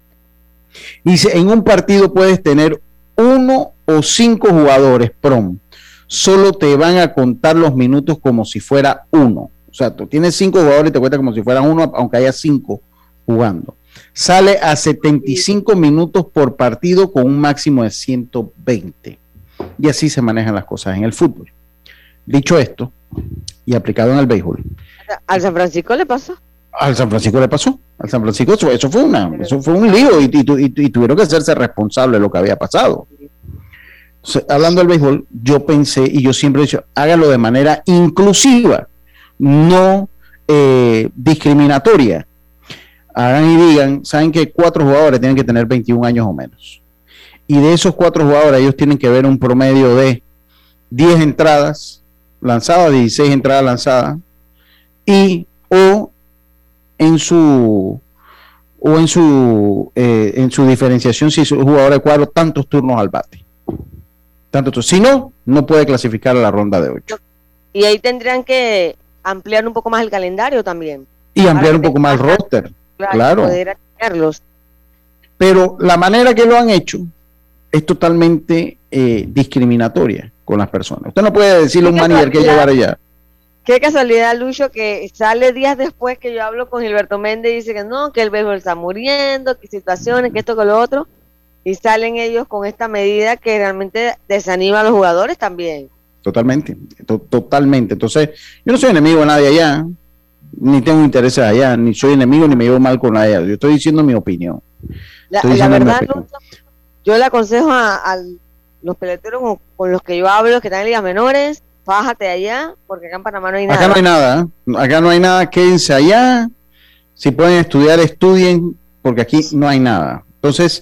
Dice, en un partido puedes tener uno o cinco jugadores Prom. Solo te van a contar los minutos como si fuera uno. O sea, tú tienes cinco jugadores y te cuenta como si fueran uno, aunque haya cinco jugando. Sale a setenta y cinco minutos por partido con un máximo de ciento veinte. Y así se manejan las cosas en el fútbol. Dicho esto, y aplicado en el béisbol. ¿Al San Francisco le pasó? Al San Francisco le pasó. Al San Francisco eso, eso fue una, eso fue un lío y, y, y, y tuvieron que hacerse responsables de lo que había pasado. Entonces, hablando del béisbol, yo pensé, y yo siempre he dicho, hágalo de manera inclusiva, no eh, discriminatoria. Hagan y digan, saben que cuatro jugadores tienen que tener veintiún años o menos. Y de esos cuatro jugadores, ellos tienen que ver un promedio de diez entradas lanzadas, dieciséis entradas lanzadas, y o en su o en su eh, en su diferenciación, si es un jugador de cuadro, tantos turnos al bate. Tantos, si no, no puede clasificar a la ronda de ocho. Y ahí tendrían que ampliar un poco más el calendario también. Y ampliar un poco más el roster. Claro. claro. Poder atenderlos. Pero la manera que lo han hecho es totalmente eh, discriminatoria con las personas. Usted no puede decirle a un manager que llevar allá. Qué casualidad, Lucho, que sale días después que yo hablo con Gilberto Méndez y dice que no, que el béisbol está muriendo, que situaciones, que esto, que lo otro, y salen ellos con esta medida que realmente desanima a los jugadores también. Totalmente, to totalmente. Entonces, yo no soy enemigo de nadie allá, ni tengo intereses allá, ni soy enemigo, ni me llevo mal con nadie. Yo estoy diciendo mi opinión. La, la verdad, Lucho, yo le aconsejo a, a los peloteros con, con los que yo hablo, que están en ligas menores, bájate allá, porque acá en Panamá no hay nada. Acá no hay nada, ¿eh? Acá no hay nada, quédense allá. Si pueden estudiar, estudien, porque aquí no hay nada. Entonces,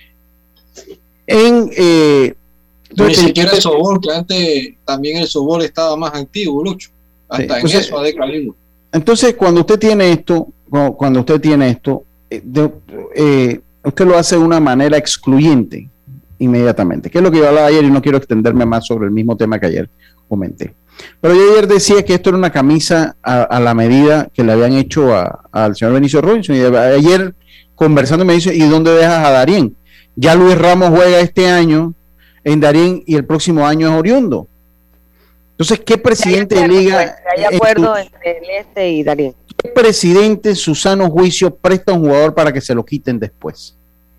en... Eh, Ni siquiera el softball, que antes también el softball estaba más activo, Lucho. Hasta sí, entonces, en eso ha declinado. Entonces, cuando usted tiene esto, cuando usted tiene esto, eh, de, eh, usted lo hace de una manera excluyente inmediatamente, que es lo que yo hablaba ayer y no quiero extenderme más sobre el mismo tema que ayer comenté. Pero yo ayer decía que esto era una camisa a, a la medida que le habían hecho al señor Benicio Robinson, y ayer conversando me dice, ¿y dónde dejas a Darien? Ya Luis Ramos juega este año en Darien y el próximo año es oriundo. Entonces, ¿qué presidente de liga? Hay acuerdo entre el este y Darien. ¿Qué presidente en su sano juicio presta a un jugador para que se lo quiten después?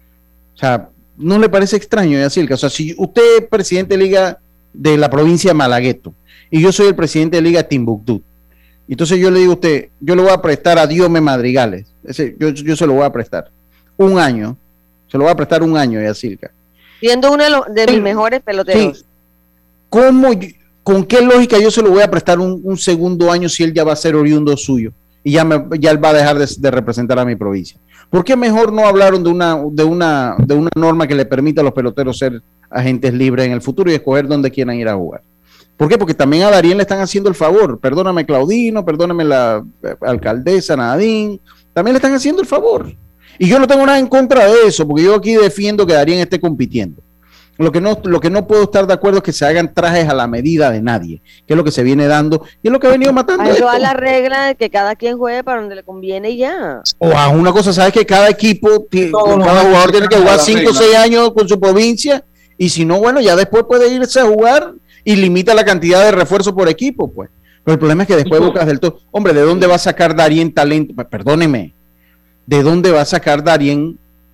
O sea, ¿no le parece extraño, Yacirca? O sea, si usted es presidente de liga de la provincia de Malagueto y yo soy el presidente de liga de Timbuktu, entonces yo le digo a usted, yo le voy a prestar a Diome Madrigales, ese, yo, yo se lo voy a prestar un año, se lo voy a prestar un año, Yacirca. Siendo uno de, los, de mis mejores peloteros. Sí. ¿Cómo, con qué lógica yo se lo voy a prestar un, un segundo año si él ya va a ser oriundo suyo y ya, me, ya él va a dejar de, de representar a mi provincia? ¿Por qué mejor no hablaron de una, de, una, de una norma que le permita a los peloteros ser agentes libres en el futuro y escoger dónde quieran ir a jugar? ¿Por qué? Porque también a Darien le están haciendo el favor. Perdóname, Claudino, perdóname la alcaldesa Nadine, también le están haciendo el favor. Y yo no tengo nada en contra de eso, porque yo aquí defiendo que Darien esté compitiendo. Lo que, no, lo que no puedo estar de acuerdo es que se hagan trajes a la medida de nadie, que es lo que se viene dando y es lo que ha venido matando. Eso a la regla de que cada quien juegue para donde le conviene y ya. O a una cosa, sabes que cada equipo, no, cada jugador no, tiene que jugar cinco o seis años con su provincia y si no, bueno, ya después puede irse a jugar y limita la cantidad de refuerzos por equipo, pues. Pero el problema es que después buscas del todo. Hombre, ¿de dónde va a sacar Darien talento? Perdóneme. ¿De dónde va a sacar Darien?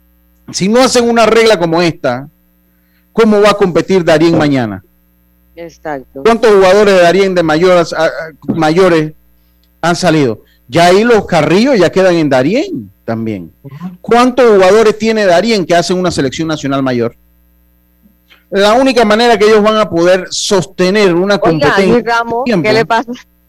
Si no hacen una regla como esta, ¿cómo va a competir Darien mañana? Exacto. ¿Cuántos jugadores de Darien de mayores, a, a, mayores han salido? Ya ahí los Carrillos ya quedan en Darien también. ¿Cuántos jugadores tiene Darien que hacen una selección nacional mayor? La única manera que ellos van a poder sostener una competencia. Oiga, Ramos, ¿qué le pasa?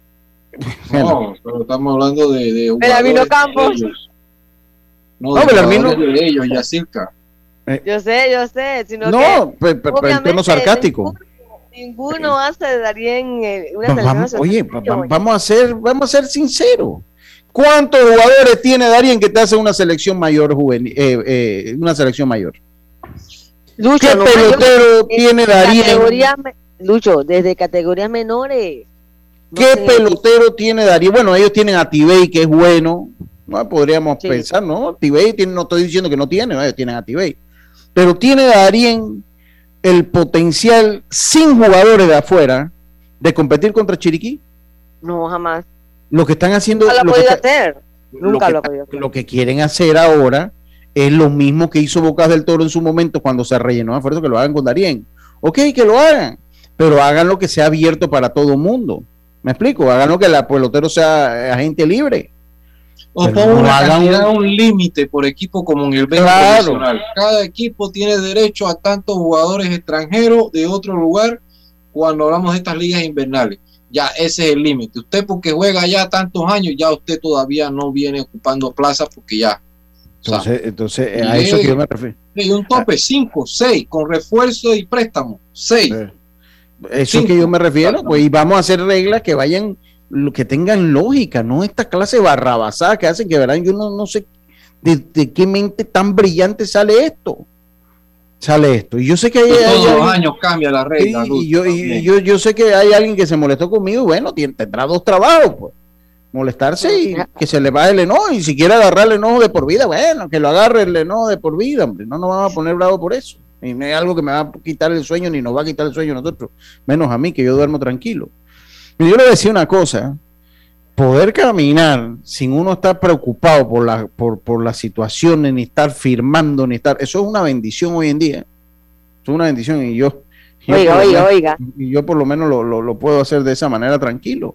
No, pero estamos hablando de, de jugadores Campos. No, no, Belarmino de ellos, Yacirca. Eh, yo sé, yo sé. Sino no, que, pero, pero en tono sarcástico. Ninguno, ninguno hace de Darien eh, una vamos, vamos, Oye, vamos, vamos a ser, vamos a ser sinceros. ¿Cuántos jugadores tiene Darien que te hace una selección mayor juvenil, eh, eh, una selección mayor? Lucho, ¿Qué no, pelotero yo, tiene Darien? Categoría, Lucho, desde categorías menores. No ¿Qué sé. pelotero tiene Darien? Bueno, ellos tienen a Tibey, que es bueno. No, podríamos sí. pensar, ¿no? Tibey tiene, no estoy diciendo que no tiene, ¿no? Ellos tienen a Tibey. Pero tiene Darien el potencial, sin jugadores de afuera, de competir contra Chiriquí. No, jamás. Lo que están haciendo. Nunca lo, lo ha podido está, hacer. Nunca lo ha podido hacer. Lo que quieren hacer ahora es lo mismo que hizo Bocas del Toro en su momento cuando se rellenó a fuerza, que lo hagan con Darien. Ok, que lo hagan, pero hagan lo que sea abierto para todo el mundo. ¿Me explico? Hagan lo que el pelotero sea agente libre. O pongan una cantidad, un, un límite por equipo como en el béisbol claro. profesional. Cada equipo tiene derecho a tantos jugadores extranjeros de otro lugar cuando hablamos de estas ligas invernales. Ya ese es el límite. Usted porque juega ya tantos años, ya usted todavía no viene ocupando plazas porque ya. Entonces, o sea, entonces a eso que yo me refiero. Hay un tope, cinco, seis, con refuerzo y préstamo, seis. Eso es que yo me refiero, pues, y vamos a hacer reglas que vayan, que tengan lógica, no esta clase de barrabasada que hacen que verán, yo no, no sé de, de qué mente tan brillante sale esto. Sale esto. Y yo sé que hay, todos hay los alguien, años cambia la regla. Y, y, yo, y yo, yo sé que hay alguien que se molestó conmigo, y bueno, tiene, tendrá dos trabajos, pues. Molestarse y que se le baje el enojo, y si quiere agarrar el enojo de por vida, bueno, que lo agarre el enojo de por vida, hombre, no nos vamos a poner bravos por eso. Y no es algo que me va a quitar el sueño, ni nos va a quitar el sueño a nosotros, menos a mí, que yo duermo tranquilo. Y yo le decía una cosa, poder caminar sin uno estar preocupado por la, por, por las situaciones, ni estar firmando, ni estar, eso es una bendición hoy en día. Eso es una bendición y yo, yo oiga, oiga, menos, oiga. Y yo por lo menos lo, lo, lo puedo hacer de esa manera tranquilo.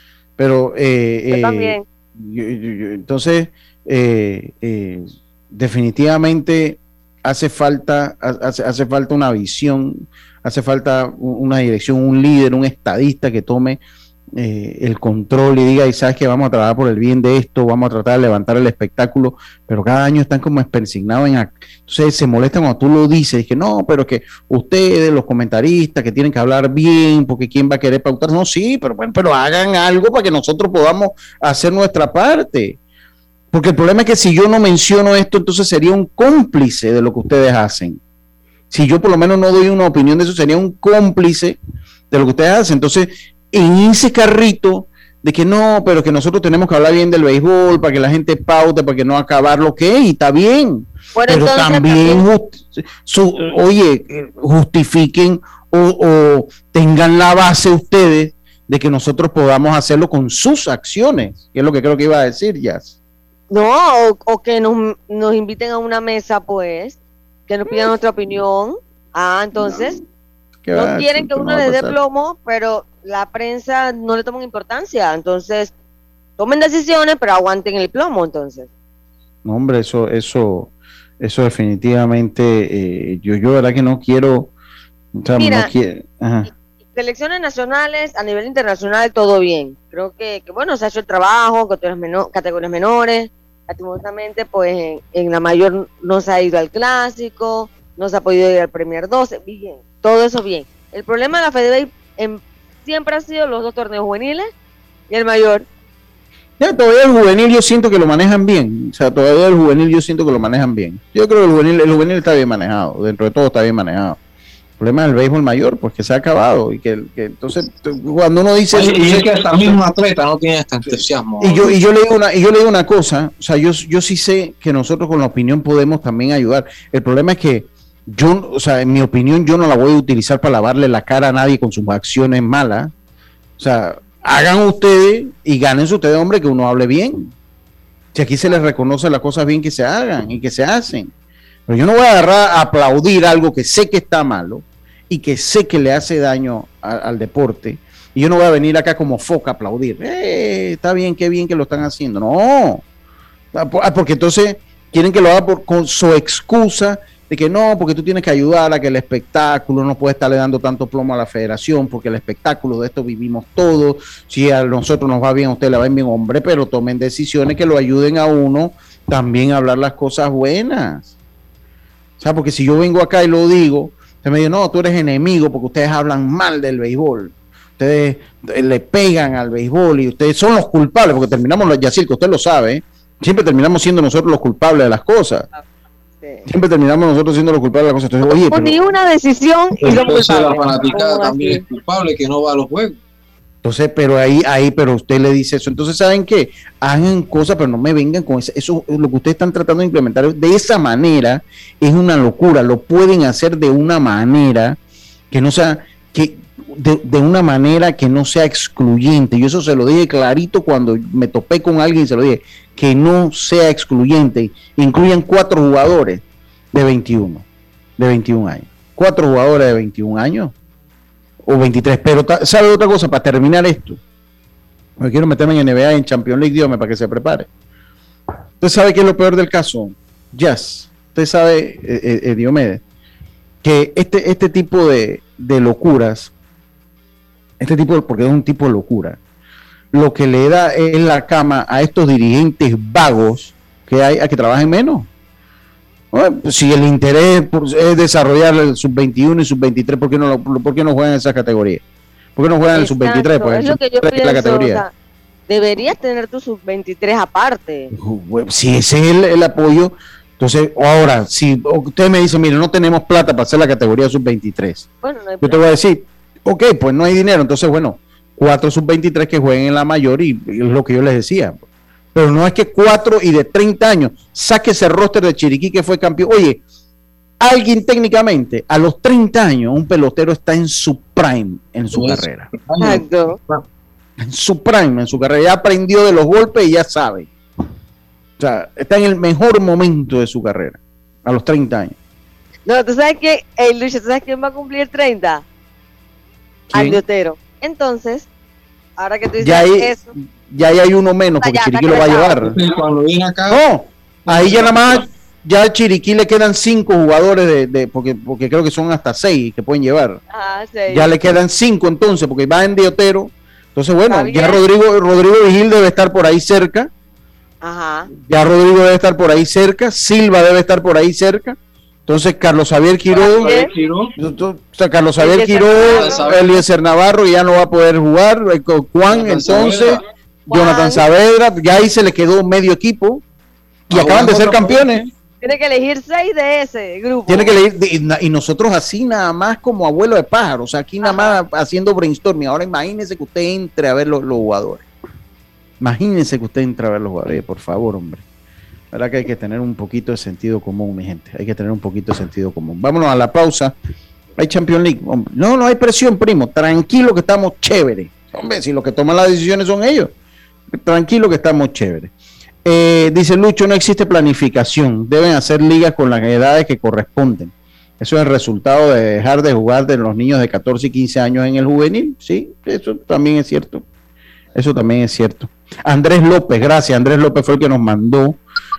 Pero eh, yo eh, también. Yo, yo, yo, entonces, eh, eh, definitivamente hace falta, hace, hace falta una visión, hace falta una dirección, un líder, un estadista que tome eh, el control y diga, y sabes que vamos a trabajar por el bien de esto, vamos a tratar de levantar el espectáculo, pero cada año están como persignados en, entonces se molestan cuando tú lo dices, que no, pero que ustedes, los comentaristas, que tienen que hablar bien, porque quién va a querer pautar, no, sí, pero bueno, pero hagan algo para que nosotros podamos hacer nuestra parte. Porque el problema es que si yo no menciono esto, entonces sería un cómplice de lo que ustedes hacen. Si yo por lo menos no doy una opinión de eso, sería un cómplice de lo que ustedes hacen. Entonces, en ese carrito de que no, pero que nosotros tenemos que hablar bien del béisbol, para que la gente paute, para que no acabarlo, ok, está bien. Bueno, pero entonces, también, just, su, oye, justifiquen o, o tengan la base ustedes de que nosotros podamos hacerlo con sus acciones, que es lo que creo que iba a decir, Jazz. No, o, o que nos, nos inviten a una mesa, pues, que nos pidan nuestra opinión. Ah, entonces, no, no va, quieren que uno les dé plomo, pero la prensa no le toma importancia. Entonces, tomen decisiones, pero aguanten el plomo, entonces. No, hombre, eso, eso, eso definitivamente, eh, yo, yo, verdad que no quiero, o sea, Mira, no quiero, ajá. Selecciones nacionales, a nivel internacional, todo bien. Creo que, que bueno, se ha hecho el trabajo, categorías, menor, categorías menores. Lastimosamente, pues en, en la mayor no se ha ido al clásico, no se ha podido ir al Premier doce, bien, todo eso bien. El problema de la FedeBay en, siempre ha sido los dos torneos juveniles y el mayor. Ya, todavía el juvenil yo siento que lo manejan bien, o sea, todavía el juvenil yo siento que lo manejan bien. Yo creo que el juvenil, el juvenil está bien manejado, dentro de todo está bien manejado. El problema del béisbol mayor, pues que se ha acabado y que, que entonces cuando uno dice Oye, eso, y entonces, es que hasta el mismo atleta no tiene este entusiasmo. y yo y yo le digo una y yo le digo una cosa, o sea, yo yo sí sé que nosotros con la opinión podemos también ayudar. El problema es que yo, o sea, en mi opinión yo no la voy a utilizar para lavarle la cara a nadie con sus acciones malas. O sea, hagan ustedes y gánense ustedes, hombre, que uno hable bien. Si aquí se les reconoce las cosas bien que se hagan y que se hacen. Pero yo no voy a agarrar a aplaudir algo que sé que está malo y que sé que le hace daño a, al deporte. Y yo no voy a venir acá como foca a aplaudir. Eh, está bien, qué bien que lo están haciendo. No. Porque entonces quieren que lo haga por, con su excusa de que no, porque tú tienes que ayudar a que el espectáculo, no puede estarle dando tanto plomo a la federación, porque el espectáculo de esto vivimos todos. Si a nosotros nos va bien, a usted le va bien, hombre, pero tomen decisiones que lo ayuden a uno también a hablar las cosas buenas. O sea, porque si yo vengo acá y lo digo, usted me dice, no, tú eres enemigo porque ustedes hablan mal del béisbol. Ustedes le pegan al béisbol y ustedes son los culpables, porque terminamos, Yacir, que usted lo sabe, siempre terminamos siendo nosotros los culpables de las cosas. Sí. Siempre terminamos nosotros siendo los culpables de las cosas. Entonces, oye, pero, ni una decisión y son culpables. La fanaticada también es culpable que no va a los juegos. Entonces, pero ahí, ahí, pero usted le dice eso. Entonces, ¿saben qué? Hagan cosas, pero no me vengan con eso. Eso, lo que ustedes están tratando de implementar de esa manera es una locura. Lo pueden hacer de una manera que no sea, que de, de una manera que no sea excluyente. Yo eso se lo dije clarito cuando me topé con alguien y se lo dije, que no sea excluyente. Incluyan cuatro jugadores de veintiuno, de veintiún años. Cuatro jugadores de veintiún años. O veintitrés, pero ¿sabe otra cosa? Para terminar esto, me quiero meterme en N B A, en Champions League, Dios, para que se prepare. ¿Usted sabe qué es lo peor del caso? Jazz, usted sabe, eh, eh, Diomedes, que este, este tipo de, de locuras, este tipo, porque es un tipo de locura, lo que le da es la cama a estos dirigentes vagos que hay a que trabajen menos. Bueno, si el interés es desarrollar el sub veintiuno y sub veintitrés, ¿por qué no, por qué no juegan en esa categoría? ¿Por qué no juegan en el sub veintitrés? Pues es lo que yo pienso, la categoría. O sea, deberías tener tu sub veintitrés aparte. Si ese es el, el apoyo, entonces, ahora, si usted me dice, mire, no tenemos plata para hacer la categoría sub veintitrés, bueno, no hay yo te voy a decir, ok, pues no hay dinero, entonces, bueno, cuatro sub veintitrés que jueguen en la mayor y, y es lo que yo les decía. Pero no es que cuatro y de treinta años, saque ese roster de Chiriquí que fue campeón. Oye, alguien técnicamente, a los treinta años, un pelotero está en su prime en su Pues, carrera. Exacto. En su prime, en su carrera. Ya aprendió de los golpes y ya sabe. O sea, está en el mejor momento de su carrera, a los treinta años. No, tú sabes que, hey, Lucho, ¿tú sabes quién va a cumplir treinta? ¿Quién? Andy Otero. Entonces, ahora que tú dices Ya hay, eso, ya hay uno menos, porque Ya, Chiriquí está lo va a crezado. llevar. Cuando viene acá, No, ahí ya nada más, ya a Chiriquí le quedan cinco jugadores, de, de porque, porque creo que son hasta seis que pueden llevar. ah, sí. Ya le quedan cinco entonces, porque va Andy Otero. Entonces, bueno, Está ya bien. Rodrigo, Rodrigo Vigil debe estar por ahí cerca. Ajá. Ya Rodrigo debe estar por ahí cerca. Silva debe estar por ahí cerca. Entonces, Carlos Xavier Quiró. Javier Quiró, O sea, Carlos Xavier Eliezer Quiró, Navarro. Eliezer Navarro ya no va a poder jugar. eh, con Juan, Jonathan entonces, Saavedra. Jonathan Juan. Saavedra, ya ahí se le quedó medio equipo. Y Ah, acaban de bueno, ser otro campeones. Tiene que elegir seis de ese grupo. Tiene que leer, y, y nosotros así nada más como abuelo de pájaro, o sea, aquí nada más haciendo brainstorming. Ahora imagínense que usted entre a ver los, los jugadores. Imagínense que usted entre a ver los jugadores, por favor, hombre. La verdad que hay que tener un poquito de sentido común, mi gente. Hay que tener un poquito de sentido común. Vámonos a la pausa. Hay Champions League. Hombre. No, no hay presión, primo. Tranquilo que estamos chévere. Hombre, si los que toman las decisiones son ellos. Tranquilo que estamos chévere. Eh, dice Lucho, no existe planificación. Deben hacer ligas con las edades que corresponden. Eso es el resultado de dejar de jugar de los niños de catorce y quince años en el juvenil. Sí, eso también es cierto. Eso también es cierto. Andrés López, gracias. Andrés López fue el que nos mandó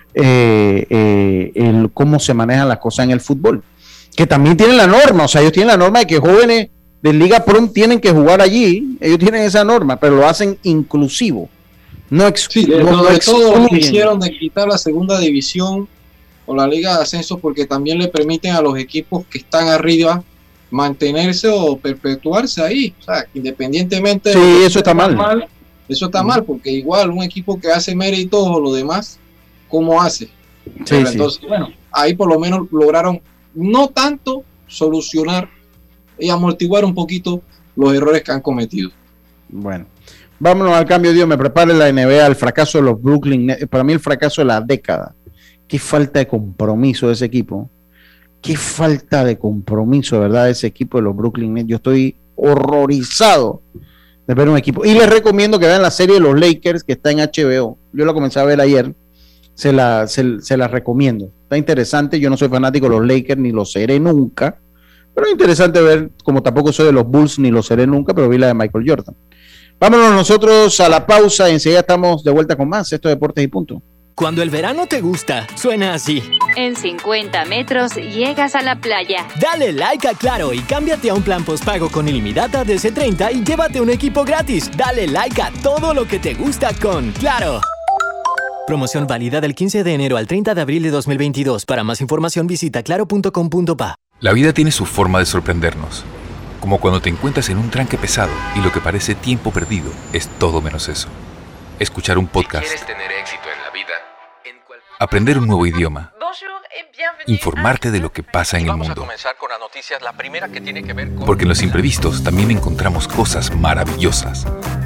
eh, eh, el, cómo se manejan las cosas en el fútbol. Que también tienen la norma. O sea, ellos tienen la norma de que jóvenes de Liga Prom tienen que jugar allí. Ellos tienen esa norma, pero lo hacen inclusivo. No, ex sí, de, no, no de todo lo que excluyen. hicieron de quitar la segunda división o la liga de ascenso, porque también le permiten a los equipos que están arriba mantenerse o perpetuarse ahí. O sea, independientemente Sí, de que eso está mal. Eso está mal, porque igual un equipo que hace méritos o lo demás, ¿cómo hace? Sí, Pero sí. entonces, bueno, ahí por lo menos lograron no tanto solucionar y amortiguar un poquito los errores que han cometido. Bueno, vámonos al cambio. Dios me prepare la N B A, el fracaso de los Brooklyn Nets. Para mí el fracaso de la década. Qué falta de compromiso de ese equipo. Qué falta de compromiso, ¿verdad? De ese equipo de los Brooklyn Nets. Yo estoy horrorizado de ver un equipo. Y les recomiendo que vean la serie de los Lakers que está en H B O. Yo la comencé a ver ayer. Se la, se, se la recomiendo. Está interesante. Yo no soy fanático de los Lakers, ni lo seré nunca. Pero es interesante ver, como tampoco soy de los Bulls, ni lo seré nunca, pero vi la de Michael Jordan. Vámonos nosotros a la pausa. Enseguida estamos de vuelta con más. Esto es Deportes y Punto. Cuando el verano te gusta, suena así. En cincuenta metros llegas a la playa. Dale like a Claro y cámbiate a un plan postpago con ilimitada de C treinta y llévate un equipo gratis. Dale like a todo lo que te gusta con Claro. Promoción válida del quince de enero al treinta de abril de dos mil veintidós. Para más información visita claro punto com punto pa. La vida tiene su forma de sorprendernos. Como cuando te encuentras en un tranque pesado y lo que parece tiempo perdido es todo menos eso. Escuchar un podcast. Si quieres tener éxito en la vida, en cual... Aprender un nuevo idioma. Bonjour et bienvenue. Informarte de lo que pasa en el Vamos mundo. a comenzar con las noticias, la primera que tiene que ver con... Porque en los imprevistos también encontramos cosas maravillosas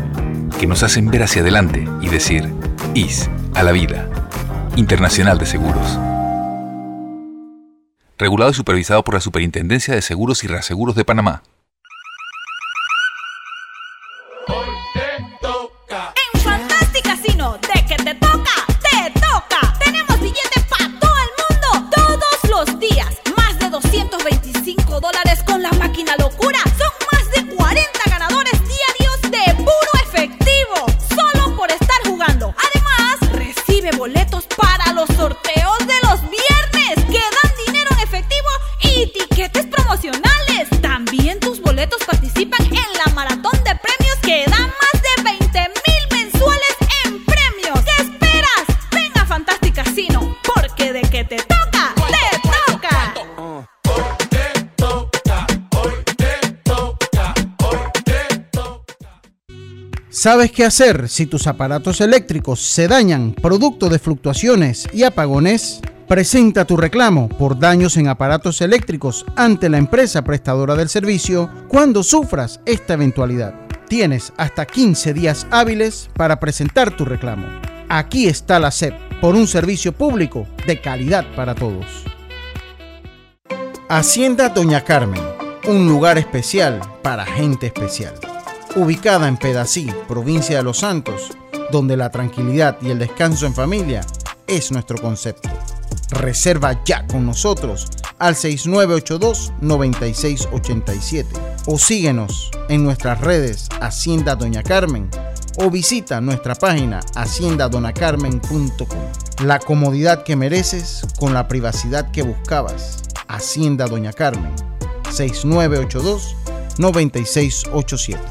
que nos hacen ver hacia adelante y decir I S a la vida. Internacional de Seguros. Regulado y supervisado por la Superintendencia de Seguros y Reaseguros de Panamá. En Fantastic Casino, de que te toca, te toca. Tenemos billetes para todo el mundo, todos los días. Más de doscientos veinticinco dólares con la máquina locura. Son más de cuarenta ganadores diarios de puro efectivo, solo por estar jugando. Además, recibe boletos para los sorteos de los viernes, que dan dinero en efectivo y tiquetes promocionales. También tus boletos participan en la maratón de premios que dan más de veinte mil mensuales en premios. ¿Qué esperas? Ven a Fantastic Casino, porque de que te toca, te toca. ¿Sabes qué hacer si tus aparatos eléctricos se dañan producto de fluctuaciones y apagones? Presenta tu reclamo por daños en aparatos eléctricos ante la empresa prestadora del servicio cuando sufras esta eventualidad. Tienes hasta quince días hábiles para presentar tu reclamo. Aquí está la S E P, por un servicio público de calidad para todos. Hacienda Doña Carmen, un lugar especial para gente especial. Ubicada en Pedací, provincia de Los Santos, donde la tranquilidad y el descanso en familia es nuestro concepto. Reserva ya con nosotros al seis nueve ocho dos, nueve seis ocho siete o síguenos en nuestras redes Hacienda Doña Carmen o visita nuestra página hacienda dona carmen punto com. La comodidad que mereces con la privacidad que buscabas. Hacienda Doña Carmen, seis nueve ocho dos, nueve seis ocho siete.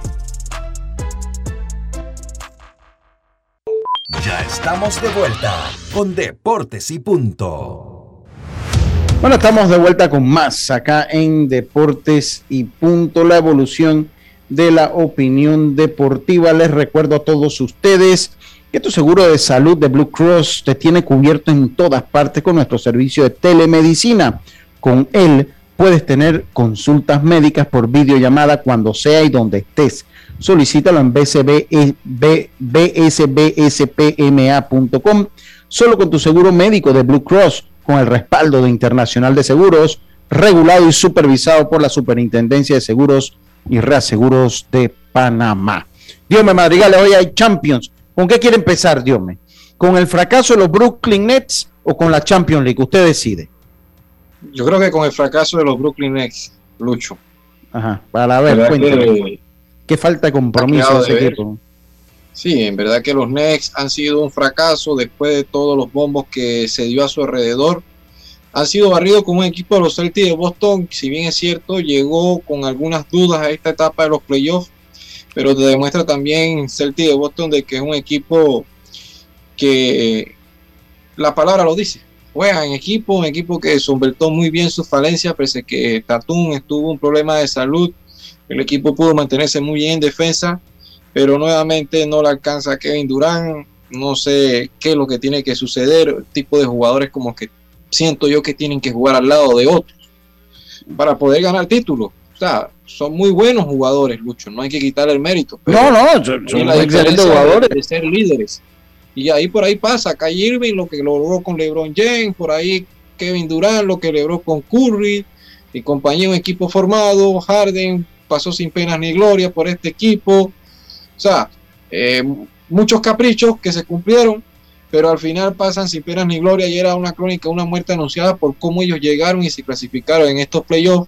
Ya estamos de vuelta con Deportes y Punto. Bueno, estamos de vuelta con más acá en Deportes y Punto, la evolución de la opinión deportiva. Les recuerdo a todos ustedes que tu seguro de salud de Blue Cross te tiene cubierto en todas partes con nuestro servicio de telemedicina. Con él puedes tener consultas médicas por videollamada cuando sea y donde estés. Solicítalo en b s b s p m a punto com. Solo con tu seguro médico de Blue Cross, con el respaldo de Internacional de Seguros, regulado y supervisado por la Superintendencia de Seguros y Reaseguros de Panamá. Diome Madrigal, hoy hay Champions. ¿Con qué quiere empezar, Diome? ¿Con el fracaso de los Brooklyn Nets o con la Champions League? Usted decide. Yo creo que con el fracaso de los Brooklyn Nets, Lucho. Ajá, para ver, cuéntame. Que, ¿Qué falta de compromiso de ese de equipo? Sí, en verdad que los Nets han sido un fracaso después de todos los bombos que se dio a su alrededor. Han sido barridos como un equipo de los Celtics de Boston, si bien es cierto, llegó con algunas dudas a esta etapa de los playoffs, pero te demuestra también Celtics de Boston de que es un equipo que la palabra lo dice. Juega en equipo, un equipo que solventó muy bien sus falencias, pese a que Tatum estuvo un problema de salud. El equipo pudo mantenerse muy bien en defensa, pero nuevamente no le alcanza a Kevin Durant. No sé qué es lo que tiene que suceder. El tipo de jugadores como que siento yo que tienen que jugar al lado de otros para poder ganar títulos. O sea, son muy buenos jugadores, Lucho. No hay que quitarle el mérito. No, no, son, son la excelentes jugadores. De, de ser líderes. Y ahí por ahí pasa Kyrie Irving, lo que logró con LeBron James, por ahí Kevin Durant, lo que logró con Curry y compañía, un equipo formado. Harden pasó sin penas ni gloria por este equipo. O sea, eh, muchos caprichos que se cumplieron, pero al final pasan sin penas ni gloria, y era una crónica, una muerte anunciada por cómo ellos llegaron y se clasificaron en estos playoffs.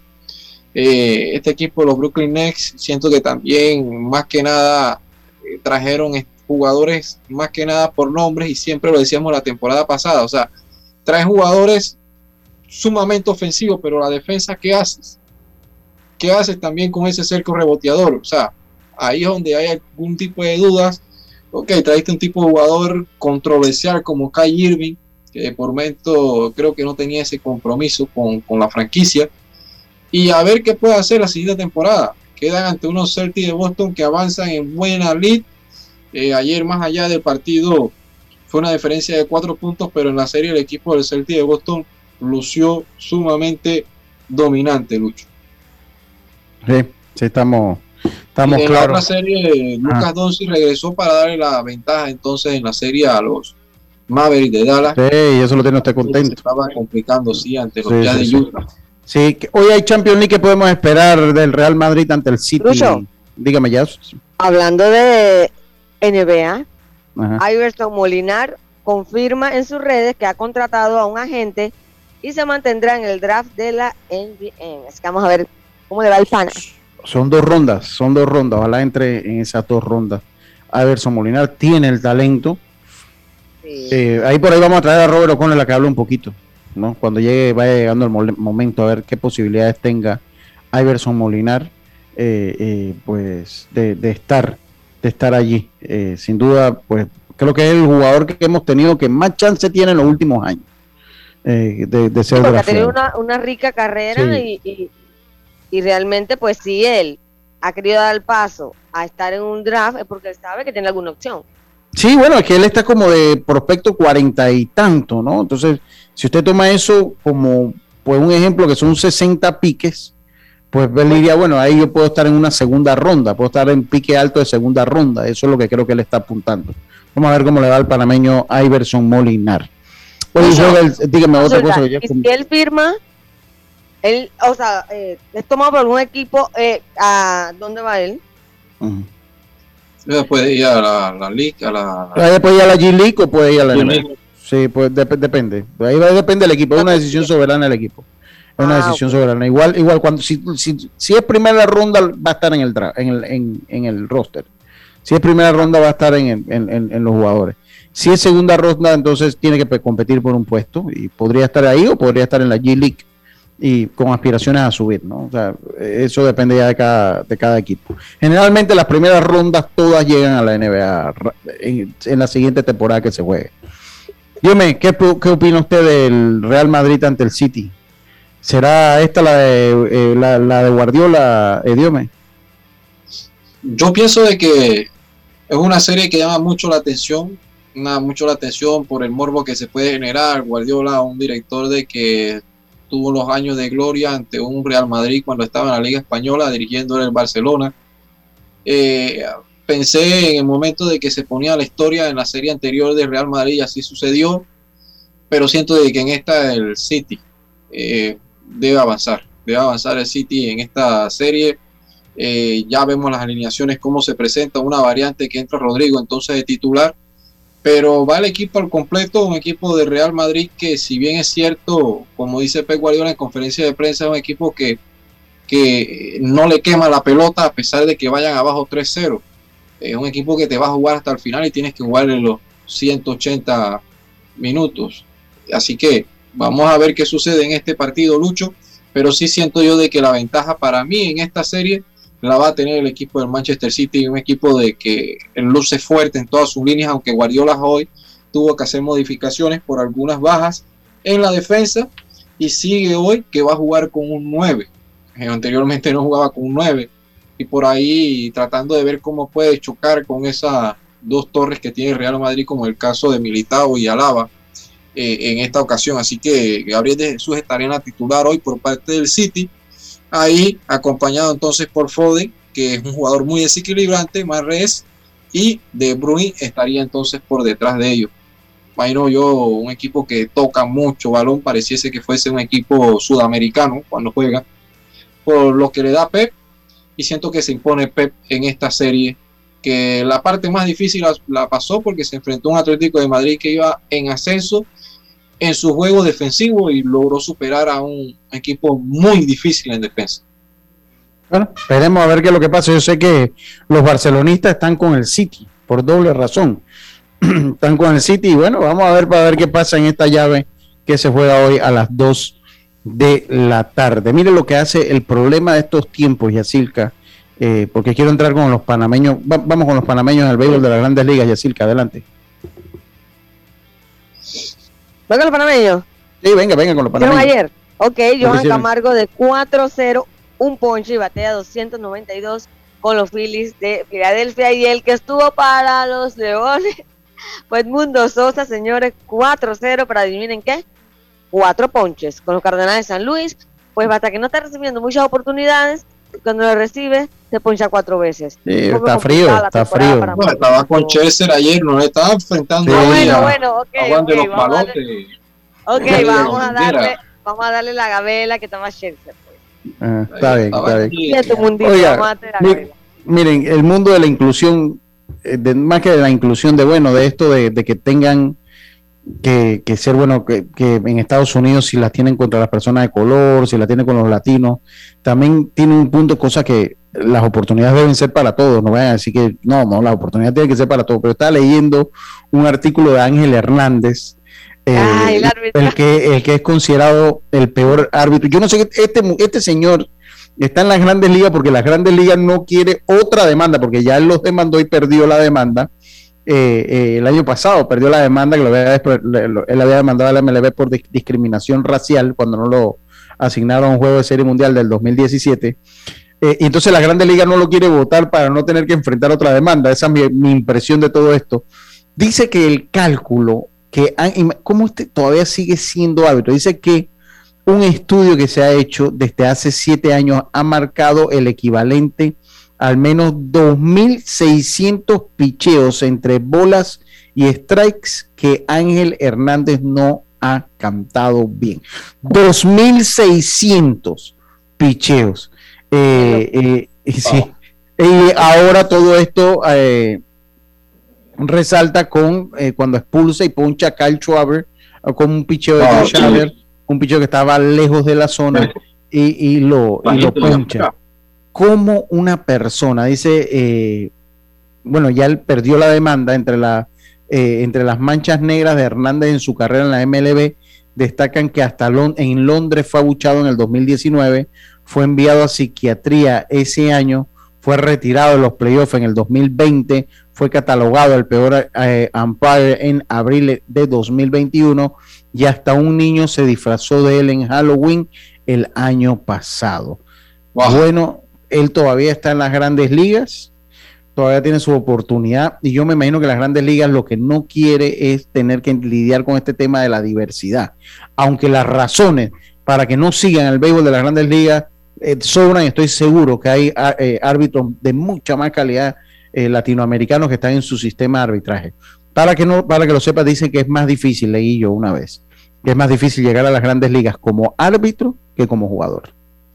Eh, este equipo de los Brooklyn Nets, siento que también más que nada eh, trajeron jugadores más que nada por nombres, y siempre lo decíamos la temporada pasada, o sea, traen jugadores sumamente ofensivos, pero la defensa, ¿qué haces? ¿Qué haces también con ese cerco reboteador? O sea, ahí es donde hay algún tipo de dudas. Ok, trajiste un tipo de jugador controversial como Kyrie Irving, que por momento creo que no tenía ese compromiso con, con la franquicia, y a ver qué puede hacer la siguiente temporada. Quedan ante unos Celtics de Boston que avanzan en buena lead. Eh, ayer, más allá del partido, fue una diferencia de cuatro puntos, pero en la serie el equipo del Celtics de Boston lució sumamente dominante, Lucho. Sí, sí, estamos, estamos en claros. En la otra serie, Lucas ah. Doncic regresó para darle la ventaja entonces en la serie a los Mavericks de Dallas. Sí, eso lo tiene usted contento. Se estaba complicando, sí, ante los sí, Jazz sí, de Utah. Sí, que hoy hay Champions League. ¿Qué podemos esperar del Real Madrid ante el City? Lucho, dígame ya. Hablando de N B A, Ajá. Iverson Molinar confirma en sus redes que ha contratado a un agente y se mantendrá en el draft de la N B A. Así que vamos a ver cómo le va el pana. Son dos rondas, son dos rondas. Ojalá entre en esas dos rondas. Iverson Molinar tiene el talento. Sí. Eh, ahí por ahí vamos a traer a Robert O'Connell a que hable un poquito, ¿no? Cuando llegue, vaya llegando el momento, a ver qué posibilidades tenga Iverson Molinar, eh, eh, pues de, de estar de estar allí. Eh, sin duda, pues creo que es el jugador que hemos tenido que más chance tiene en los últimos años eh, de, de ser sí, porque drafteado. ha tenido una, una rica carrera sí. y, y, y realmente pues si él ha querido dar el paso a estar en un draft es porque él sabe que tiene alguna opción. Sí, bueno, es que él está como de prospecto cuarenta y tanto, ¿no? Entonces, si usted toma eso como pues un ejemplo que son sesenta piques, pues él diría, bueno, ahí yo puedo estar en una segunda ronda, puedo estar en pique alto de segunda ronda. Eso es lo que creo que él está apuntando. Vamos a ver cómo le va al panameño Iverson Molinar. Oye, yo, dígame otra cosa. Que y si él firma Él, o sea, eh, es tomado por algún equipo, eh, ¿a dónde va él? Uh-huh. Puede ir a la, la League, a la... ¿Puede ir a la G-League o puede ir a la N B A? Sí, pues de, depende. Ahí va, depende del equipo, es una decisión soberana del equipo. Es una ah, decisión okay. soberana. Igual, igual cuando si, si, si es primera ronda va a estar en el, en el, en, en el roster. Si es primera ronda va a estar en, en, en, en los jugadores. Si es segunda ronda, entonces tiene que competir por un puesto y podría estar ahí o podría estar en la G-League y con aspiraciones a subir, ¿no? O sea, eso depende ya de cada, de cada equipo. Generalmente las primeras rondas todas llegan a la N B A en, en la siguiente temporada que se juegue. Dígame, ¿qué, qué opina usted del Real Madrid ante el City? ¿Será esta la de, eh, la, la de Guardiola, eh, Diome? Yo pienso de que es una serie que llama mucho la atención, una, mucho la atención por el morbo que se puede generar. Guardiola, un director de que tuvo los años de gloria ante un Real Madrid cuando estaba en la Liga Española dirigiendo el Barcelona. Eh, pensé en el momento de que se ponía la historia en la serie anterior de Real Madrid y así sucedió, pero siento de que en esta el City eh, debe avanzar, debe avanzar el City en esta serie. Eh, ya vemos las alineaciones, cómo se presenta una variante que entra Rodrigo entonces de titular, pero va el equipo al completo, un equipo de Real Madrid que, si bien es cierto, como dice Pep Guardiola en conferencia de prensa, es un equipo que, que no le quema la pelota a pesar de que vayan abajo tres cero. Es un equipo que te va a jugar hasta el final y tienes que jugar en los ciento ochenta minutos. Así que vamos a ver qué sucede en este partido, Lucho, pero sí siento yo de que la ventaja para mí en esta serie la va a tener el equipo del Manchester City, un equipo de que luce fuerte en todas sus líneas, aunque Guardiola hoy tuvo que hacer modificaciones por algunas bajas en la defensa y sigue hoy que va a jugar con un nueve. Anteriormente no jugaba con un nueve y por ahí tratando de ver cómo puede chocar con esas dos torres que tiene Real Madrid, como el caso de Militao y Alaba eh, en esta ocasión. Así que Gabriel de Jesús estaría en la titular hoy por parte del City, ahí acompañado entonces por Foden, que es un jugador muy desequilibrante, Mahrez, y De Bruyne estaría entonces por detrás de ellos. Imagino yo un equipo que toca mucho balón, pareciese que fuese un equipo sudamericano cuando juega, por lo que le da Pep, y siento que se impone Pep en esta serie, que la parte más difícil la, la pasó porque se enfrentó a un Atlético de Madrid que iba en ascenso en su juego defensivo y logró superar a un equipo muy difícil en defensa. Bueno, esperemos a ver qué es lo que pasa. Yo sé que los barcelonistas están con el City por doble razón. Están con el City y bueno, vamos a ver para ver qué pasa en esta llave que se juega hoy a las dos de la tarde. Mire lo que hace el problema de estos tiempos, Yacilca, eh, porque quiero entrar con los panameños. Va, vamos con los panameños en el béisbol de las Grandes Ligas, Yacilca, adelante. ¿Va con los panameños? Sí, venga, venga con los panameños. ayer, ok, Johan Camargo de cuatro cero, un ponche y batea doscientos noventa y dos con los Phillies de Filadelfia, y el que estuvo para los Leones fue Edmundo Sosa, señores, cuatro cero, para adivinen qué, cuatro ponches con los Cardenales de San Luis. Pues hasta que no está recibiendo muchas oportunidades, cuando lo recibe se poncha cuatro veces. Sí, está frío, está frío. No, estaba con Chester ayer, no le estaba enfrentando sí. a, bueno, bueno, okay, a Juan okay, de los vamos Palotes. A darle, ok, vamos a darle, vamos a darle la gabela que toma Chester. Pues. Ah, está bien, está bien. Y tu mundito, Oiga, vamos a darle la gabela. Miren, el mundo de la inclusión, de, más que de la inclusión de, bueno, de esto de, de que tengan que, que ser, bueno, que, que en Estados Unidos si las tienen contra las personas de color, si las tienen con los latinos, también tiene un punto, cosa que las oportunidades deben ser para todos, no vayan a decir que no, no, las oportunidades tienen que ser para todos, pero estaba leyendo un artículo de Ángel Hernández, eh, Ay, el, el, que, el que es considerado el peor árbitro. Yo no sé, este, este señor está en las Grandes Ligas porque las Grandes Ligas no quiere otra demanda, porque ya él los demandó y perdió la demanda. Eh, eh, el año pasado perdió la demanda que lo había, lo, él había demandado a la M L B por discriminación racial cuando no lo asignaron a un juego de Serie Mundial del dos mil diecisiete, eh, y entonces la Grandes Ligas no lo quiere votar para no tener que enfrentar otra demanda. Esa es mi, mi impresión de todo esto. Dice que el cálculo que han, ¿cómo usted todavía sigue siendo árbitro? Dice que un estudio que se ha hecho desde hace siete años ha marcado el equivalente al menos dos mil seiscientos picheos entre bolas y strikes que Ángel Hernández no ha cantado bien. dos mil seiscientos picheos. Eh, eh, y sí. Y ahora todo esto eh, resalta con eh, cuando expulsa y poncha a Kyle Schwarber con un picheo de oh, Schwarber, sí. un picheo que estaba lejos de la zona y, y lo, y lo poncha. Como una persona, dice, eh, bueno, ya él perdió la demanda entre, la, eh, entre las manchas negras de Hernández en su carrera en la M L B, destacan que hasta Lond- en Londres fue abuchado en el dos mil diecinueve, fue enviado a psiquiatría ese año, fue retirado de los playoffs en el dos mil veinte, fue catalogado el peor eh, umpire en abril de dos mil veintiuno y hasta un niño se disfrazó de él en Halloween el año pasado. Wow. Bueno, él todavía está en las grandes ligas, todavía tiene su oportunidad y yo me imagino que las grandes ligas lo que no quiere es tener que lidiar con este tema de la diversidad, aunque las razones para que no sigan el béisbol de las grandes ligas eh, sobran. Estoy seguro que hay eh, árbitros de mucha más calidad eh, latinoamericanos que están en su sistema de arbitraje. Para que no, para que lo sepas, dicen que es más difícil, leí yo una vez, que es más difícil llegar a las grandes ligas como árbitro que como jugador,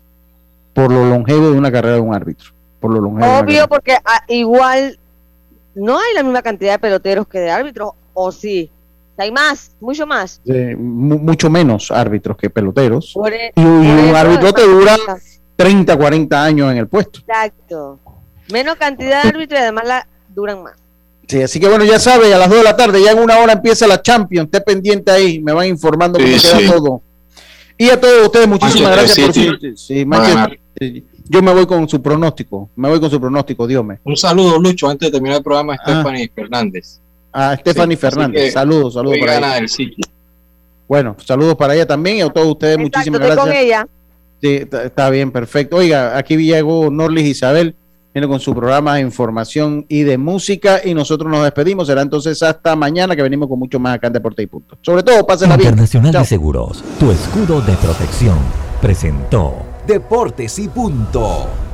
por lo longevo de una carrera de un árbitro. Por lo longevo Obvio, porque a, igual no hay la misma cantidad de peloteros que de árbitros, o sí, hay más, mucho más. Eh, mu- mucho menos árbitros que peloteros. Por e- y, y por un eso, árbitro te dura exacto. treinta, cuarenta años en el puesto. Exacto. Menos cantidad de árbitros y además la duran más. Sí, así que bueno, ya sabe, a las dos de la tarde, ya en una hora empieza la Champions. Esté pendiente ahí, me van informando cómo Sí, queda sí. todo. Y a todos ustedes, muchísimas Manchester gracias por City. su. Sí, Manchester- sí, yo me voy con su pronóstico. Me voy con su pronóstico, Dios me. Un saludo, Lucho, antes de terminar el programa, Ah. Stephanie Fernández. A Stephanie Sí, Fernández. así que Saludos, saludos hoy para gana ella. el City. Bueno, saludos para ella también y a todos ustedes, Exacto, muchísimas estoy gracias. con ella. Sí, está, está bien, perfecto. Oiga, aquí llegó Norlis Isabel, viene con su programa de información y de música y nosotros nos despedimos. Será entonces hasta mañana que venimos con mucho más acá en Deporte y Punto. Sobre todo, pásenla bien. Internacional Chao. de Seguros, tu escudo de protección, presentó Deportes y Punto.